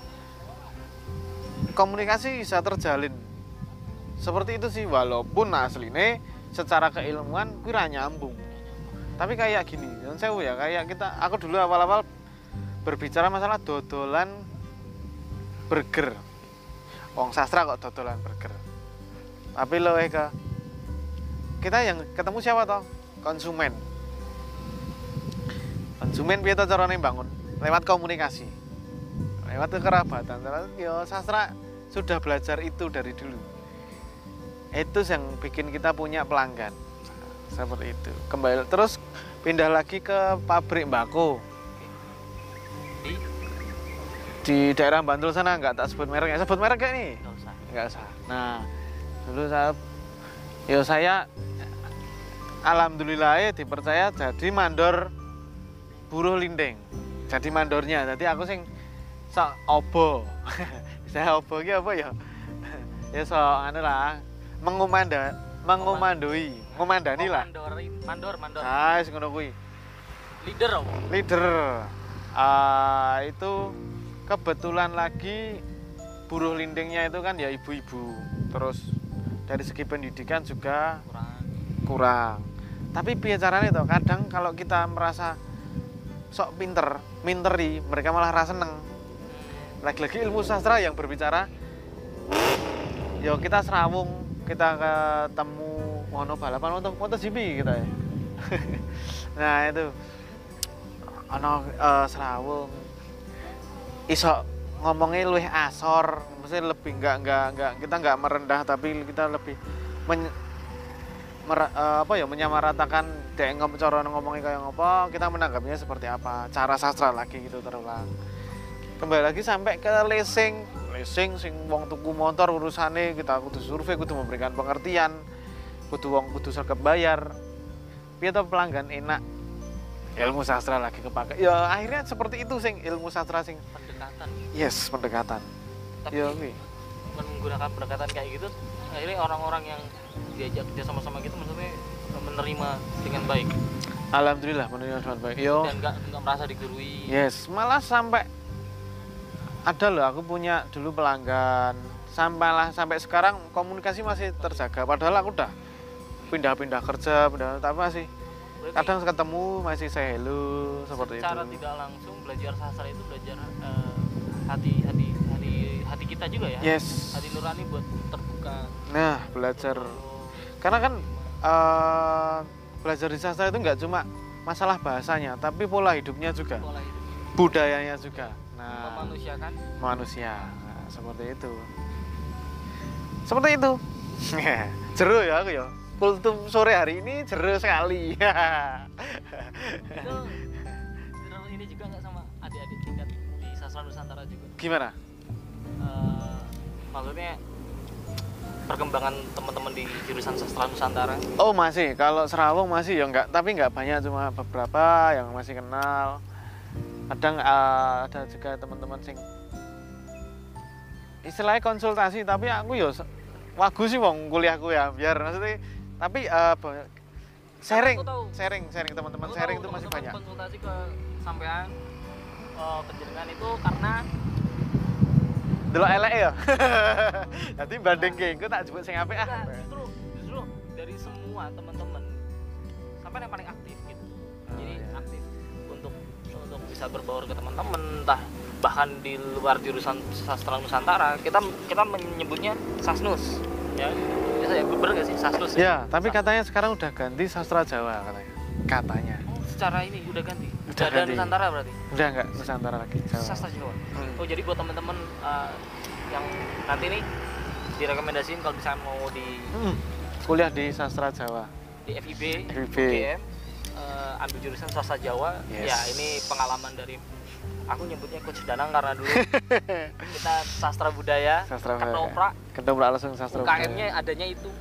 komunikasi bisa terjalin seperti itu sih. Walaupun aslinya secara keilmuan kuwi ra nyambung, tapi kayak gini, yang sewu ya, kayak kita, aku dulu awal-awal berbicara masalah dodolan burger. Wong sastra kok dodolan burger. Tapi lo ke kita yang ketemu siapa toh? Konsumen. Konsumen piye to carane bangun? Lewat komunikasi. Lewat kekerabatan. Terus yo sastra sudah belajar itu dari dulu. Itu yang bikin kita punya pelanggan. Seperti itu. Kembali terus pindah lagi ke pabrik mbako. Di Di daerah Bantul sana, nggak tak sebut merek, ya sebut merek kayak nih, enggak usah. nggak usah. Nah, dulu saya, yo saya, alhamdulillah ya dipercaya jadi mandor buruh linting, jadi mandornya. Jadi aku sing sok obo, saya obo ki apa ya? Ya sok anu lah, mengumanda, mengumandoi, ngumandani lah. Mandorin, mandor, mandor. Nah, sing ngono kuwi. Leader apa? Leader. Ah, itu kebetulan lagi buruh lintingnya itu kan ya ibu-ibu, terus dari segi pendidikan juga Kurang. kurang. Tapi piye caranya toh, kadang kalau kita merasa sok pinter, minteri, mereka malah rasa seneng. Lagi-lagi ilmu sastra yang berbicara, yo kita serawung, kita ketemu mono balapan moto MotoGP kita ya. Nah itu ono uh, serawung iso ngomongnya luwih asor, maksudnya lebih enggak enggak enggak kita enggak merendah, tapi kita lebih men, mer, uh, apa ya menyamaratakan dek ngom cara ngomongnya kayak apa, kita menanggapnya seperti apa, cara sastra lagi gitu terulang. kembali lagi sampai ke leasing leasing sing wong tuku motor urusane kita kudu survei, kudu memberikan pengertian, kudu wong kudu sregep bayar. Piye to pelanggan enak ilmu sastra lagi kepake. Ya akhirnya seperti itu sing ilmu sastra sing pendekatan. yes, pendekatan. Tapi Ya kuwi. menggunakan pendekatan kayak gitu akhirnya orang-orang yang diajak kerja sama-sama gitu maksudnya menerima dengan baik Alhamdulillah menerima dengan baik. Yo. dan nggak nggak merasa digurui. Yes, malah sampai ada loh aku punya dulu pelanggan sampailah sampai sekarang komunikasi masih terjaga padahal aku udah pindah-pindah kerja, pindah tapi masih Berarti kadang ketemu masih say hello seperti secara itu. tidak langsung belajar sastra itu belajar eh, hati hati hati hati kita juga ya. Yes. Hati nurani buat terbuka. Nah, belajar untuk- karena kan eh, belajar di sastra itu nggak cuma masalah bahasanya, tapi pola hidupnya juga, pola hidup budayanya juga. Nah, memanusiakan. manusia, nah, seperti itu. Seperti itu. Jeru ya aku ya. Kultum sore hari ini jeru sekali. Itu bener ini juga nggak sama adik-adik tingkat di sastra Nusantara juga. Gimana? Eh, maksudnya perkembangan teman-teman di jurusan sastra Nusantara. Oh masih, kalau Serawung masih ya enggak, tapi enggak banyak, cuma beberapa yang masih kenal. Kadang uh, ada juga teman-teman sing istilahnya konsultasi, tapi aku ya wagu sih wong kuliahku ya, biar maksudnya tapi uh, sharing, Aku tahu. sharing, sharing teman-teman Aku sharing tahu itu masih teman-teman banyak. konsultasi ke sampean eh, ke jenengan itu karena Delok elek ya. Nanti banding ke, aku tak jebuk sing apik ah. enggak, justru justru dari semua teman-teman sampai yang paling aktif gitu. Oh, Jadi iya. aktif untuk untuk bisa berbaur ke teman-teman, entah bahkan di luar jurusan sastra Nusantara, kita kita menyebutnya Sasnus, ya. Biasa ya, bener nggak sih Sasnus? Ya, tapi katanya sekarang udah ganti sastra Jawa katanya. Katanya. Oh, secara ini udah ganti. Udah Udah ada ganti. Nusantara berarti. Udah enggak Nusantara lagi Jawa. Sastra Jawa. Hmm. Oh, jadi buat teman-teman eh, yang nanti nih direkomendasiin kalau misalnya mau di Hmm. Kuliah di sastra Jawa. di F I B, F I B. U G M, eh, ambil jurusan sastra Jawa. Yes. Ya, ini pengalaman dari aku nyebutnya Coach Danang karena dulu kita sastra budaya, Sastra budaya. ketoprak, Ketoprak langsung sastra U K M-nya adanya itu.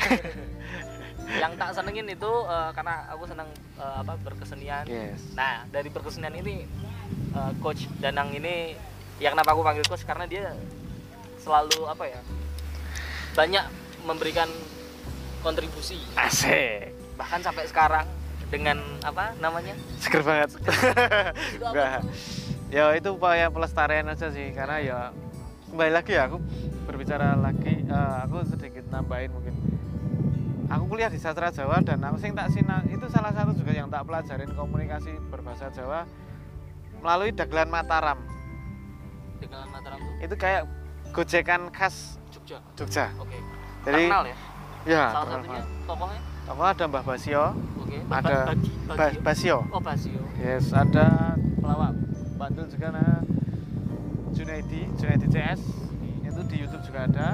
Yang tak senengin itu eh, karena aku senang eh, apa berkesenian. Yes. Nah, dari berkesenian ini eh, Coach Danang ini ya kenapa aku panggil coach karena dia selalu apa ya? Banyak memberikan kontribusi. Asik. Bahkan sampai sekarang dengan apa namanya? Seger banget. Itu apa Enggak. tuh? Ya itu upaya pelestarian aja sih, karena ya kembali lagi ya aku berbicara lagi, eh, aku sedikit nambahin mungkin. Aku kuliah di sastra Jawa dan aku sing tak sina itu salah satu juga yang tak pelajarin komunikasi berbahasa Jawa melalui dagelan Mataram. Dengan Mataram tuh Itu kayak gojekan khas Jogja. Jogja. Oke. Jadi Terkenal ya. ya, Salah terkenal satunya banget. tokohnya. Tokoh ada Mbah Basio, Oke. Ada Bagi, Ba- Bagi, Basio. Oh, Basio. Yes, ada pelawak Bandul juga nah Junaidi, Junaidi C S. Itu di YouTube juga ada.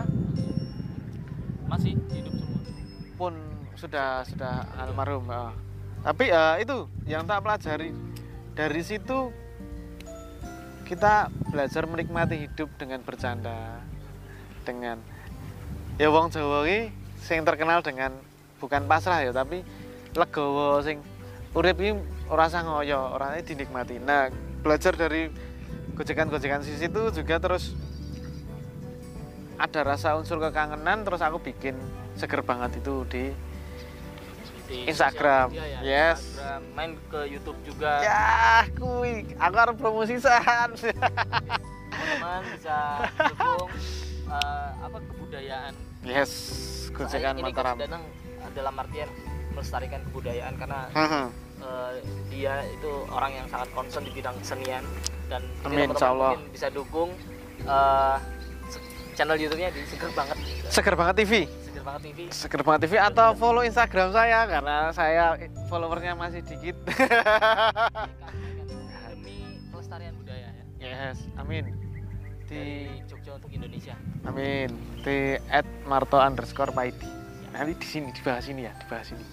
Masih hidup semua. Pun sudah sudah almarhum. eh. Tapi eh, itu yang tak pelajari dari situ kita belajar menikmati hidup dengan bercanda, dengan ya wong Jawa iki sing terkenal dengan bukan pasrah ya tapi legowo sing urip iki ora usah ngoyo, ora dinikmati. Nah, belajar dari gojekan-gojekan sisi itu juga terus ada rasa unsur kekangenan, terus aku bikin seger banget itu di Di Instagram. sosial media ya, Yes. Instagram, main ke YouTube juga. ya kui aku harus promosi san. Teman-teman bisa dukung eh, apa kebudayaan. Yes, Saya gojekan ini Mataram. Coach Danang dalam artian melestarikan kebudayaan karena Haha. eh, dia itu orang yang sangat concern di bidang kesenian dan ini Amin, teman-teman insyaallah. mungkin bisa dukung eh, se- channel YouTube-nya di Seger Banget. Seger banget T V. Seger Banget T V. Seger banget T V atau follow Instagram saya karena saya followernya masih dikit. Demi pelestarian budaya ya. Yes, amin. Di Dari Jogja untuk Indonesia. amin. Di at marto underscore paidi. Nanti di sini dibahas ini ya, dibahas ini.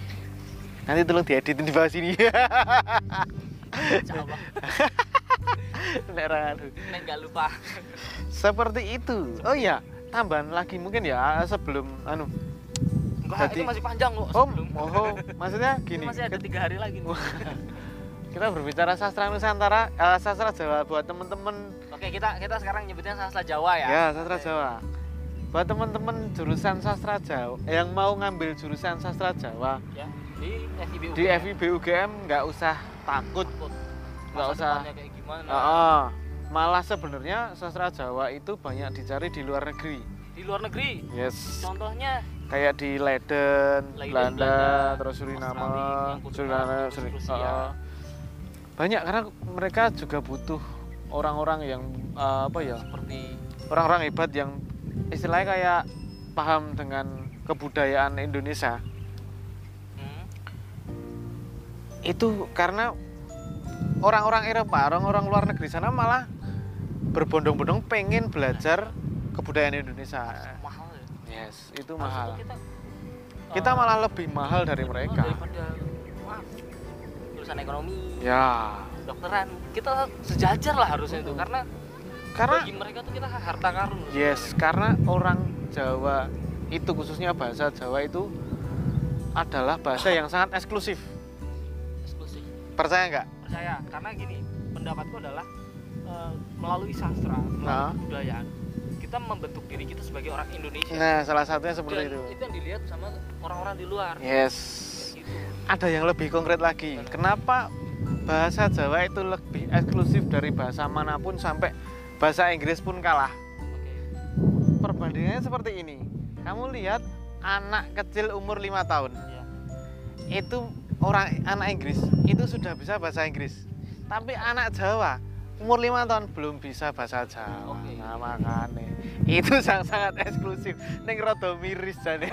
Nanti tolong diedit dibahas ini. Insyaallah. Nek ra anu. Nek nggak lupa. Seperti itu. Oh iya, tambahan lagi mungkin ya sebelum anu. Enggak, Jadi- itu masih panjang kok Oh, sebelum. oh, maksudnya Ini gini. masih ada tiga hari lagi nih. Kita berbicara sastra Nusantara, eh, sastra Jawa buat teman-teman. Oke, kita kita sekarang nyebutnya sastra Jawa ya. Ya, sastra Jawa. Buat teman-teman jurusan sastra Jawa yang mau ngambil jurusan sastra Jawa Ya, di F I B U. di F I B U G M nggak usah takut. Nggak Masa usah. depannya kayak gimana? Heeh. Malah sebenarnya sastra Jawa itu banyak dicari di luar negeri. Di luar negeri. Yes. Contohnya Kayak di Leiden, Leiden, Belanda, Belanda, terus Suriname, Australia, yang kudu Suriname, kudu Suri- Rusia. heeh. Banyak karena mereka juga butuh orang-orang yang eh, apa ya? seperti Orang-orang hebat yang istilahnya kayak paham dengan kebudayaan Indonesia. hmm, Itu karena orang-orang Eropa, orang-orang luar negeri sana malah berbondong-bondong pengen belajar kebudayaan Indonesia. mahal ya. Yes, itu Harusnya mahal. Kita, Kita eh, malah lebih mahal dari mahal mereka. daripada maaf, jurusan ekonomi, Ya, dokteran. Kita sejajar lah harusnya itu karena karena bagi mereka tuh kita harta karun. loh yes, sebenarnya. karena orang Jawa itu khususnya bahasa Jawa itu adalah bahasa yang sangat eksklusif. Eksklusif. Percaya nggak? Percaya, karena gini, pendapatku adalah eh, melalui sastra, melalui Nah. kebudayaan, kita membentuk diri kita sebagai orang Indonesia. Nah, salah satunya seperti Dan itu. itu yang dilihat sama orang-orang di luar. Yes. Gitu. Ada yang lebih konkret lagi. Kenapa bahasa Jawa itu lebih eksklusif dari bahasa manapun sampai bahasa Inggris pun kalah? Oke. Perbandingannya seperti ini. Kamu lihat anak kecil umur lima tahun. Ya. Itu orang anak Inggris itu sudah bisa bahasa Inggris. Tapi anak Jawa umur lima tahun belum bisa bahasa Jawa. Oke. Nah, makanya itu sangat sangat eksklusif. Ning rada miris jane.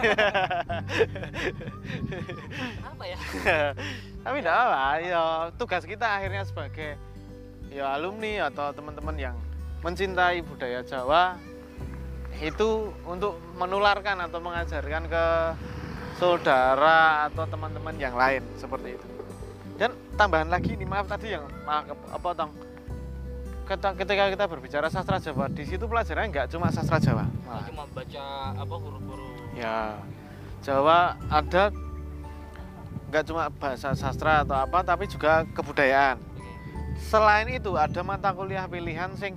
Apa ya? Tapi enggak apa, ya tugas kita akhirnya sebagai ya alumni atau teman-teman yang mencintai budaya Jawa itu untuk menularkan atau mengajarkan ke saudara atau teman-teman yang lain seperti itu. Dan tambahan lagi nih, maaf tadi yang maaf apa tong Ketika ketika kita berbicara sastra Jawa, di situ pelajarannya nggak cuma sastra Jawa. Nggak Malah. cuma baca apa huruf-huruf. Ya, Jawa ada nggak cuma bahasa sastra atau apa, tapi juga kebudayaan. Oke. Selain itu ada mata kuliah pilihan sing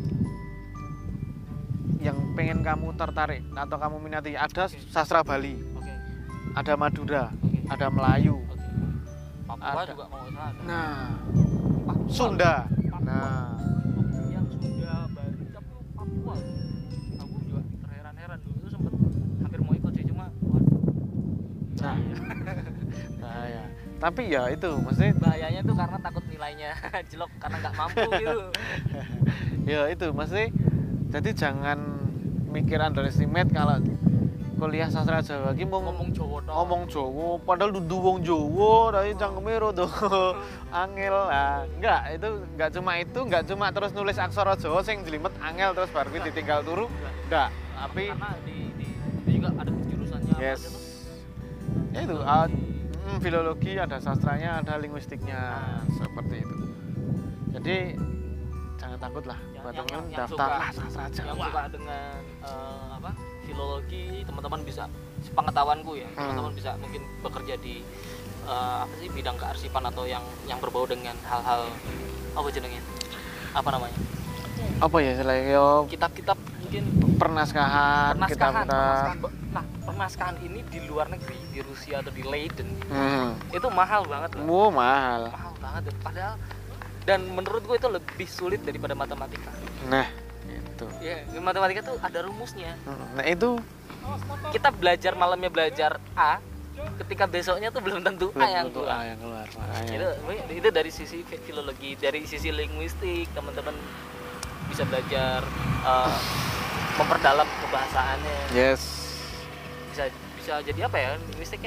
yang pengen kamu tertarik atau kamu minati. Ada Oke. sastra Bali, Oke. ada Madura, Oke. ada Melayu. Oke. Papua Ada. juga mau salah ada. Nah, Papua. Sunda. Papua. Nah, Yang Sunda, Bali, tapi Papua. Aku juga terheran-heran dulu itu sempet hampir mau ikut sih cuma waduh. nah, nah ya. Tapi ya itu, maksudnya Bahayanya tuh karena takut nilainya jelek karena nggak mampu gitu. ya itu, maksudnya jadi jangan mikir underestimate kalau kuliah sastra Jawa iki mung Ngomong Jawa tok. ngomong Jawa, padahal dudu wong Jawa, tapi cangkeme rada angel. Lah, enggak, itu enggak cuma itu, enggak cuma terus nulis aksara Jawa sing jelimet angel terus bar kuwi ditinggal turu. Enggak, tapi Karena di, di itu juga ada jurusannya apa yes. aja tuh? Ya itu ah, mm, filologi, ada sastranya, ada linguistiknya, seperti itu. Jadi jangan takut lah Yang- buat yang- teman yang- yang daftarlah suka- sastra Yang Jawa. suka dengan eh, apa filologi, teman-teman bisa sepengetahuanku ya, Hmm. teman-teman bisa mungkin bekerja di eh, apa sih bidang kearsipan atau yang yang berbau dengan hal-hal apa jenengnya, apa namanya, Apa ya selain yo kitab-kitab mungkin pernaskahan, pernaskahan, kitab-kitab. pernaskahan. Nah, pernaskahan ini di luar negeri, di Rusia atau di Leiden Hmm. itu mahal banget loh. Wow, mahal. Mahal banget padahal, dan menurut gue itu lebih sulit daripada matematika. Nah, itu. Ya, matematika tuh ada rumusnya. Nah, itu Kita belajar malamnya belajar A, ketika besoknya tuh belum tentu A yang tentu keluar. A yang keluar. Makanya. Itu, itu dari sisi filologi, dari sisi linguistik teman-teman bisa belajar eh, memperdalam kebahasaannya. Yes. Bisa bisa jadi apa ya linguistiknya?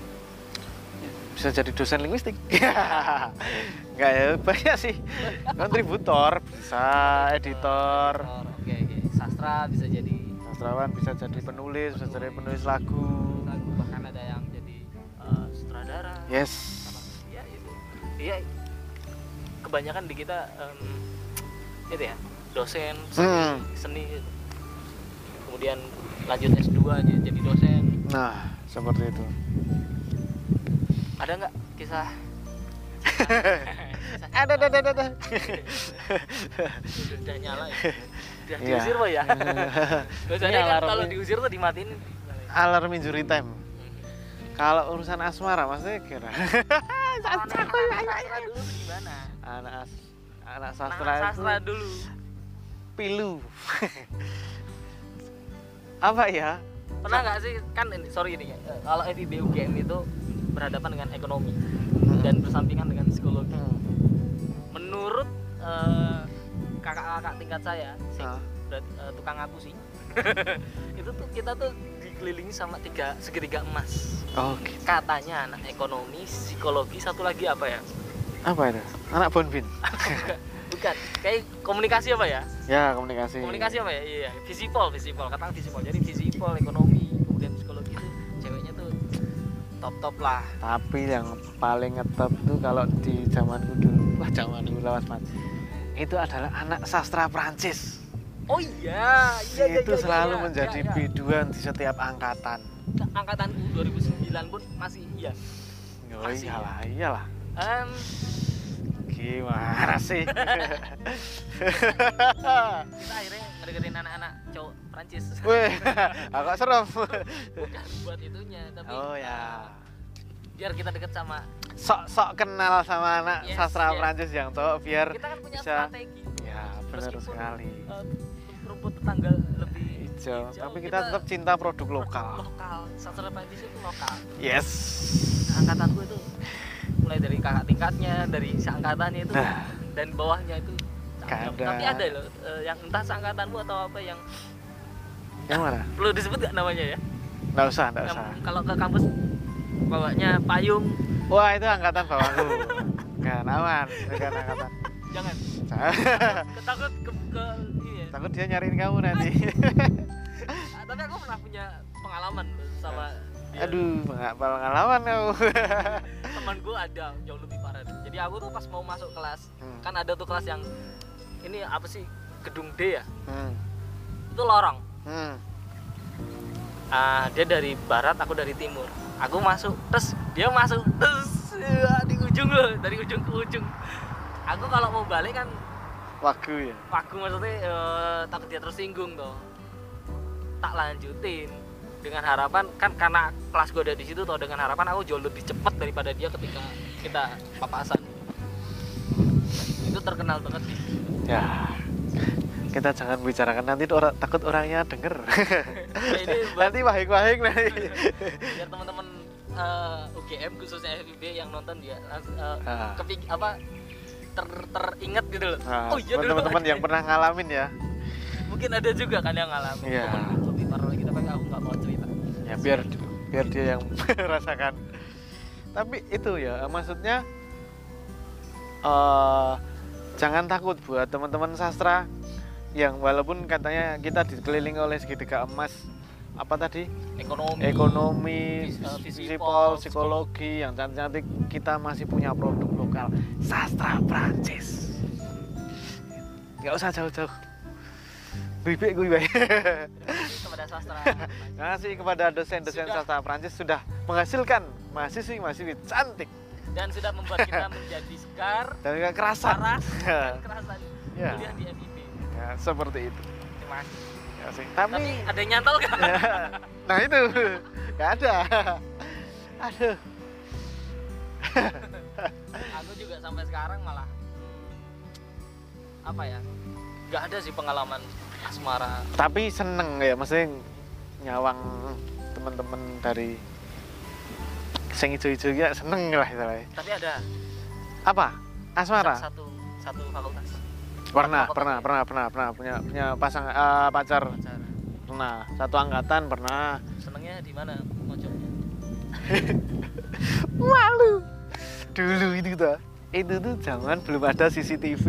Bisa jadi dosen linguistik. Enggak ya, banyak sih. Kontributor, bisa editor, Oke, oke. Sastra bisa jadi sastrawan, bisa jadi penulis, bisa jadi penulis lagu. lagu, bahkan ada yang jadi eh, sutradara. Yes. Ya itu. Iya. Kebanyakan di kita em, itu ya dosen seni, Hmm. seni kemudian lanjut S dua jadi, jadi dosen. Nah, seperti itu. Ada nggak kisah? Ada, ada, ada, ada. Udah nyala ya. Udah Iya. diusir Pak ya. Biasanya Ini kan alarm kalau ini. diusir tuh dimatiin. Alarm injury time. Kalau urusan asmara maksudnya kira. Anak sastra dulu tuh gimana? Anak as, anak Anak sastra, sastra itu dulu. pilu. Apa ya? Pernah nggak sih kan ini, sorry ini ya, eh, kalau F I B U G M itu berhadapan dengan ekonomi dan bersampingan dengan psikologi. Hmm. Menurut eh, kakak-kakak tingkat saya, sing Ah. berat- eh, tukang ngapusi, itu tuh kita tuh dikelilingi sama tiga segitiga emas. Oh, gitu. Katanya anak ekonomi, psikologi, satu lagi apa ya? Apa itu? Anak bonbin. Bukan, bukan. Kayak komunikasi apa ya? Ya, komunikasi. Komunikasi apa ya? Iya, visipol, visipol. Katakan visipol. Jadi visipol, ekonomi, kemudian psikologi itu ceweknya tuh top-top lah. Tapi yang paling ngetop tuh kalau di zamanku dulu, wah zaman dulu lawas mas, itu adalah anak sastra Prancis. Oh iya, iya, iya, Itu iya, selalu iya, menjadi iya, iya. biduan di setiap angkatan. Angkatanku dua ribu sembilan pun masih iya. Oh Masih, iyalah, iyalah. Em, Gimana sih? kita akhirnya ngedeketin anak-anak cowok Prancis. Weh, agak serem. Bukan buat itunya, tapi Oh ya. biar kita deket sama. Sok-sok kenal sama anak Yes, sastra yes. Prancis yang cowok biar Kita kan punya bisa. strategi. Ya, benar Meskipun, sekali. eh, rumput tetangga lebih Hijau, tapi kita tetap cinta produk lokal. Lokal, sastra Prancis itu lokal. Yes. Angkatanku itu mulai dari kakak tingkatnya, dari seangkatannya itu Nah. dan bawahnya itu cakep. Ada. Tapi ada loh eh, yang entah seangkatanmu atau apa yang Yang mana? perlu disebut nggak namanya ya? Nggak usah, nggak Yang usah. kalau ke kampus bawanya payung, Wah, itu angkatan bawahku. Kan aman, bukan angkatan. jangan ketakut ke, ke iya. Takut dia nyariin kamu nanti. Ah, tapi aku pernah punya pengalaman loh sama dia. Aduh, nggak pengalaman kamu. Teman gue ada jauh lebih parah. Jadi aku tuh pas mau masuk kelas, Hmm. kan ada tuh kelas yang ini apa sih gedung D ya? Hmm. Itu lorong. Hmm. Ah, dia dari barat, aku dari timur. Aku masuk, terus dia masuk, terus ya, di ujung loh, dari ujung ke ujung. Aku kalau mau balik kan, Wagu ya. aku maksudnya eh, takut dia tersinggung tuh. Tak lanjutin dengan harapan kan karena kelas gue ada di situ tuh, dengan harapan aku jauh lebih cepat daripada dia ketika kita papasan. Itu terkenal banget sih. Ya. Kita jangan bicarakan nanti orang takut orangnya denger. Ya, ini buat Nanti wahik-wahik nanti. biar teman-teman eh, U G M khususnya F I B yang nonton dia langsung eh, Ah. kepik apa ter teringat gitu loh. Nah, Oh iya buat dulu teman-teman ada. yang pernah ngalamin ya. Mungkin ada juga kan yang ngalamin. Iya. Temen lebih parah lagi tapi aku nggak mau cerita. Ya biar biar dia yang merasakan. Tapi itu ya maksudnya eh jangan takut buat teman-teman sastra yang walaupun katanya kita dikelilingi oleh segitiga emas, apa tadi, Ekonomi. ekonomi, Vis- eh, visipol, visipol, psikologi yang cantik-cantik, kita masih punya produk lokal sastra Prancis. Nggak usah jauh-jauh. Bibik gue baik. kepada sastra. Terima kasih kepada dosen-dosen Sudah. sastra Prancis sudah menghasilkan mahasiswi-mahasiswi cantik Dan sudah membuat kita menjadi sekar, dan juga kerasan. paras, dan kerasan Ya. kuliah di F I B. Ya, seperti itu. Terima kasih. Ya, sih. Tapi, Tapi ada yang nyantol kan? nah itu nggak ada. Aduh. Aku juga sampai sekarang malah hmm, apa ya? Gak ada sih pengalaman asmara. Tapi seneng ya, maksudnya nyawang teman-teman dari sing ijo-ijo ya seneng lah istilahnya. Tapi ada Apa? Asmara? satu satu fakultas. Pernah, fakultas. pernah, pernah, pernah, pernah punya punya pasang eh, pacar. Pacar. Pernah. Satu angkatan pernah. Senengnya di mana mojoknya? Malu. Dulu itu tuh, itu tuh zaman belum ada C C T V.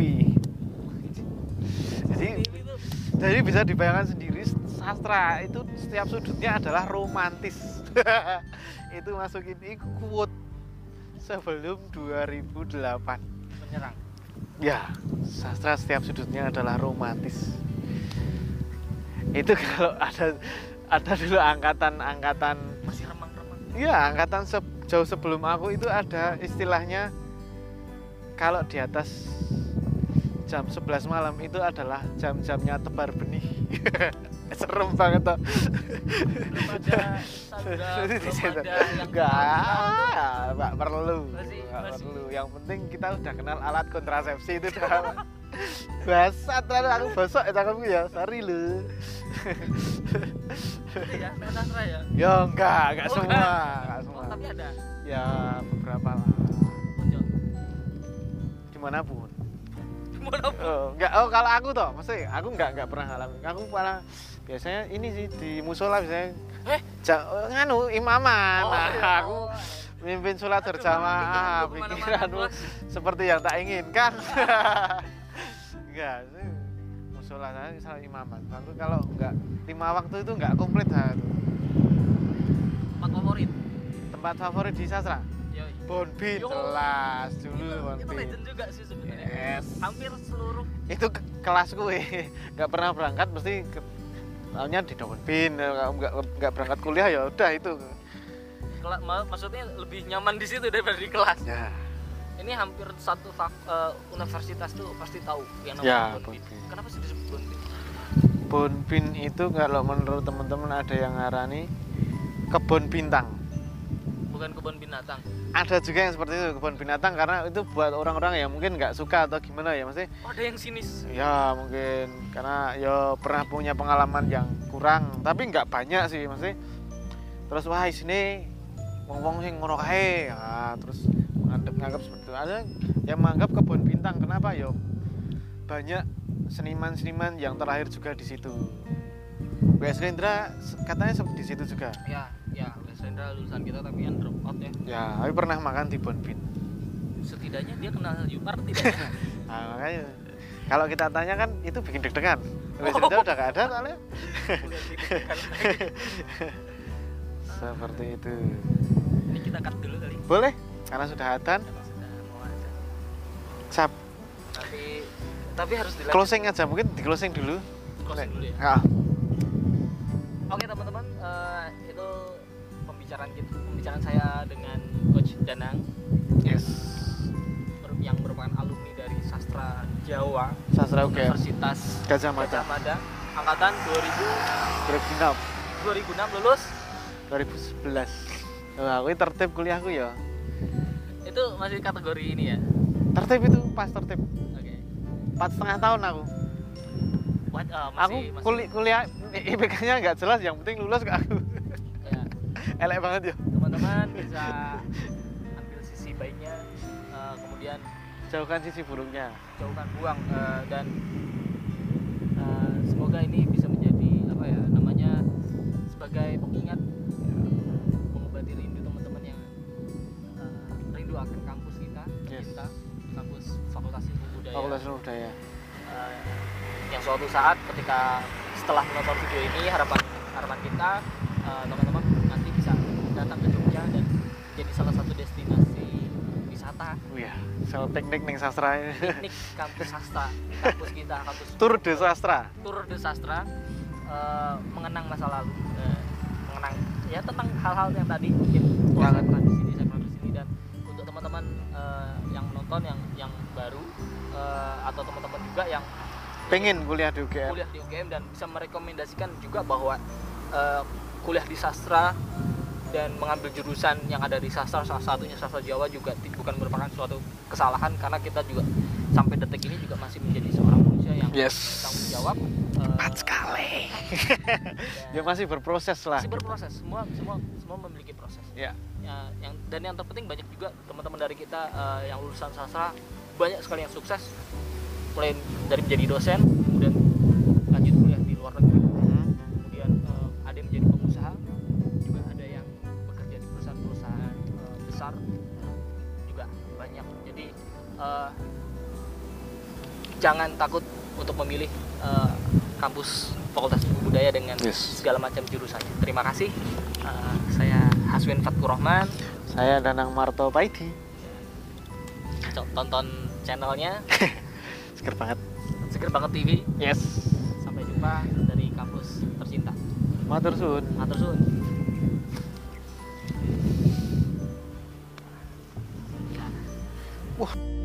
Jadi, Itu jadi bisa dibayangkan sendiri sastra itu setiap sudutnya adalah romantis. Itu masukin itu quote sebelum dua ribu delapan. menyerang. Ya, sastra setiap sudutnya adalah romantis. Itu kalau ada ada dulu angkatan-angkatan Masih remang-remang. iya, angkatan se- jauh sebelum aku itu ada istilahnya kalau di atas jam sebelas malam itu adalah jam-jamnya tebar benih. Serem banget toh. Belum ada sabda, belum ada yang enggak, enggak perlu. Masih, Enggak masih. perlu. Yang penting kita udah kenal alat kontrasepsi itu dah. Basah terlalu aku bosok ya cakapku ya. Sorry lu. Itu ya, sastra ya. Ya enggak, enggak Oh, semua, enggak. enggak Oh, semua. tapi ada. Ya beberapa lah. Muncul. Dimanapun. Gimana pun. Oh, enggak, oh kalau aku toh, maksudnya aku enggak enggak pernah ngalamin. Aku malah biasanya ini sih di musola biasanya. Eh? Ja, nganu imaman. Oh, Nah, iya. aku Oh. mimpin sholat Aduh, berjamaah, pikiranku kemana-mana, pikiranmu Bos. seperti yang tak inginkan. Enggak, sih. Musola saya salah imaman. Tapi kalau enggak lima waktu itu enggak komplit ha, itu. Tempat favorit. Tempat favorit di sastra. Yoi. Bonbin Yo. jelas dulu Itu, itu Bonbin. legend juga sih sebenarnya. Yes. Hampir seluruh Itu ke- kelas gue nggak pernah berangkat mesti ke, tahunya di Bonbin. Nggak nggak nggak berangkat kuliah ya udah itu. kelas, maksudnya lebih nyaman di situ daripada di kelas. Ya. Ini hampir satu fak- eh, universitas tuh pasti tahu yang Ya, namanya Bonbin. Bonbin. Kenapa sih disebut Bonbin? Bonbin itu kalau menurut teman-teman ada yang ngarani kebun bintang. Bukan kebun binatang. Ada juga yang seperti itu kebun binatang karena itu buat orang-orang yang mungkin nggak suka atau gimana ya maksudnya. Oh, ada yang sinis. Ya mungkin karena ya pernah punya pengalaman yang kurang tapi nggak banyak sih maksudnya. Terus wah sini wong-wong sing ngono kae. Nah, terus menganggap nganggap seperti itu. Ada yang menganggap kebun bintang. Kenapa ya? Banyak seniman-seniman yang terlahir juga di situ. W S Rendra katanya di situ juga. Ya, ya, Sendra lulusan kita tapi yang drop out ya. Ya, tapi pernah makan di Bonbin. Setidaknya dia kenal Yupar tidak? Ya? Nah, makanya kalau kita tanya kan itu bikin deg-degan. W S Rendra udah gak ada soalnya. Udah ditekan lagi. Seperti itu. Ini kita cut dulu kali. Boleh? Karena sudah adzan. Sudah mau aja. Sap. Tapi tapi harus dilanjut. Closing aja mungkin di closing dulu. Closing dulu ya. Ah, Oke teman-teman, eh, itu pembicaraan kita, pembicaraan saya dengan Coach Danang yes. ber- yang merupakan alumni dari Sastra Jawa Sastra U G M Universitas Gajah Mada Gajah Mada, angkatan dua ribu, dua ribu enam dua ribu enam lulus. dua ribu sebelas. Wah, aku tertib kuliahku ya. Itu masih kategori ini ya. Tertib itu pas tertib. Oke. Empat setengah tahun aku. What, eh, Aku masih, masih, kuli- kuliah I P K-nya nggak jelas, yang penting lulus ke aku. ya. Elek banget ya. Teman-teman bisa ambil sisi baiknya, eh, kemudian Jauhkan sisi buruknya. jauhkan buang, eh, dan eh, semoga ini bisa menjadi apa ya namanya sebagai pengingat, mengobati rindu teman-teman yang eh, rindu akan kampus kita, Yes. kita kampus Fakultas Ilmu Budaya, Fakultas Ilmu Budaya. eh, yang suatu saat ketika setelah menonton video ini harapan harapan kita eh, teman-teman nanti bisa datang ke Jogja dan jadi salah satu destinasi wisata Oh ya, soal teknik ning sastra. piknik kampus sastra, kampus kita, kampus Tur de sastra. tur de sastra, eh, mengenang masa lalu, eh, mengenang ya tentang hal-hal yang tadi mungkin oh, saya Banget. pernah di sini, saya pernah di sini, dan untuk teman-teman eh, yang menonton yang yang baru eh, atau teman-teman juga yang Pengen kuliah di U G M. kuliah di U G M dan bisa merekomendasikan juga bahwa eh, kuliah di sastra dan mengambil jurusan yang ada di sastra, salah satunya sastra Jawa juga ti- bukan merupakan suatu kesalahan karena kita juga sampai detik ini juga masih menjadi seorang manusia yang Yes. bertanggung jawab. eh, Cepat sekali. dan Ya masih berproses lah. masih berproses, semua semua semua memiliki proses. Ya. Ya, yang dan yang terpenting banyak juga teman-teman dari kita eh, yang lulusan sastra banyak sekali yang sukses, mulai dari menjadi dosen, kemudian lanjut kuliah di luar negeri, Hmm. kemudian eh, ada yang menjadi pengusaha, juga ada yang bekerja di perusahaan-perusahaan eh, besar, juga banyak. Jadi eh, jangan takut untuk memilih eh, kampus Fakultas Ilmu Budaya dengan Yes. segala macam jurusannya. Terima kasih. Eh, saya Haswin Fatkur Rahman. Saya Danang Marto Paidi. Tonton channelnya. seger banget. Seger banget T V. Yes. Sampai jumpa dari kampus tercinta. Matur suwun. Matur suwun. Wah.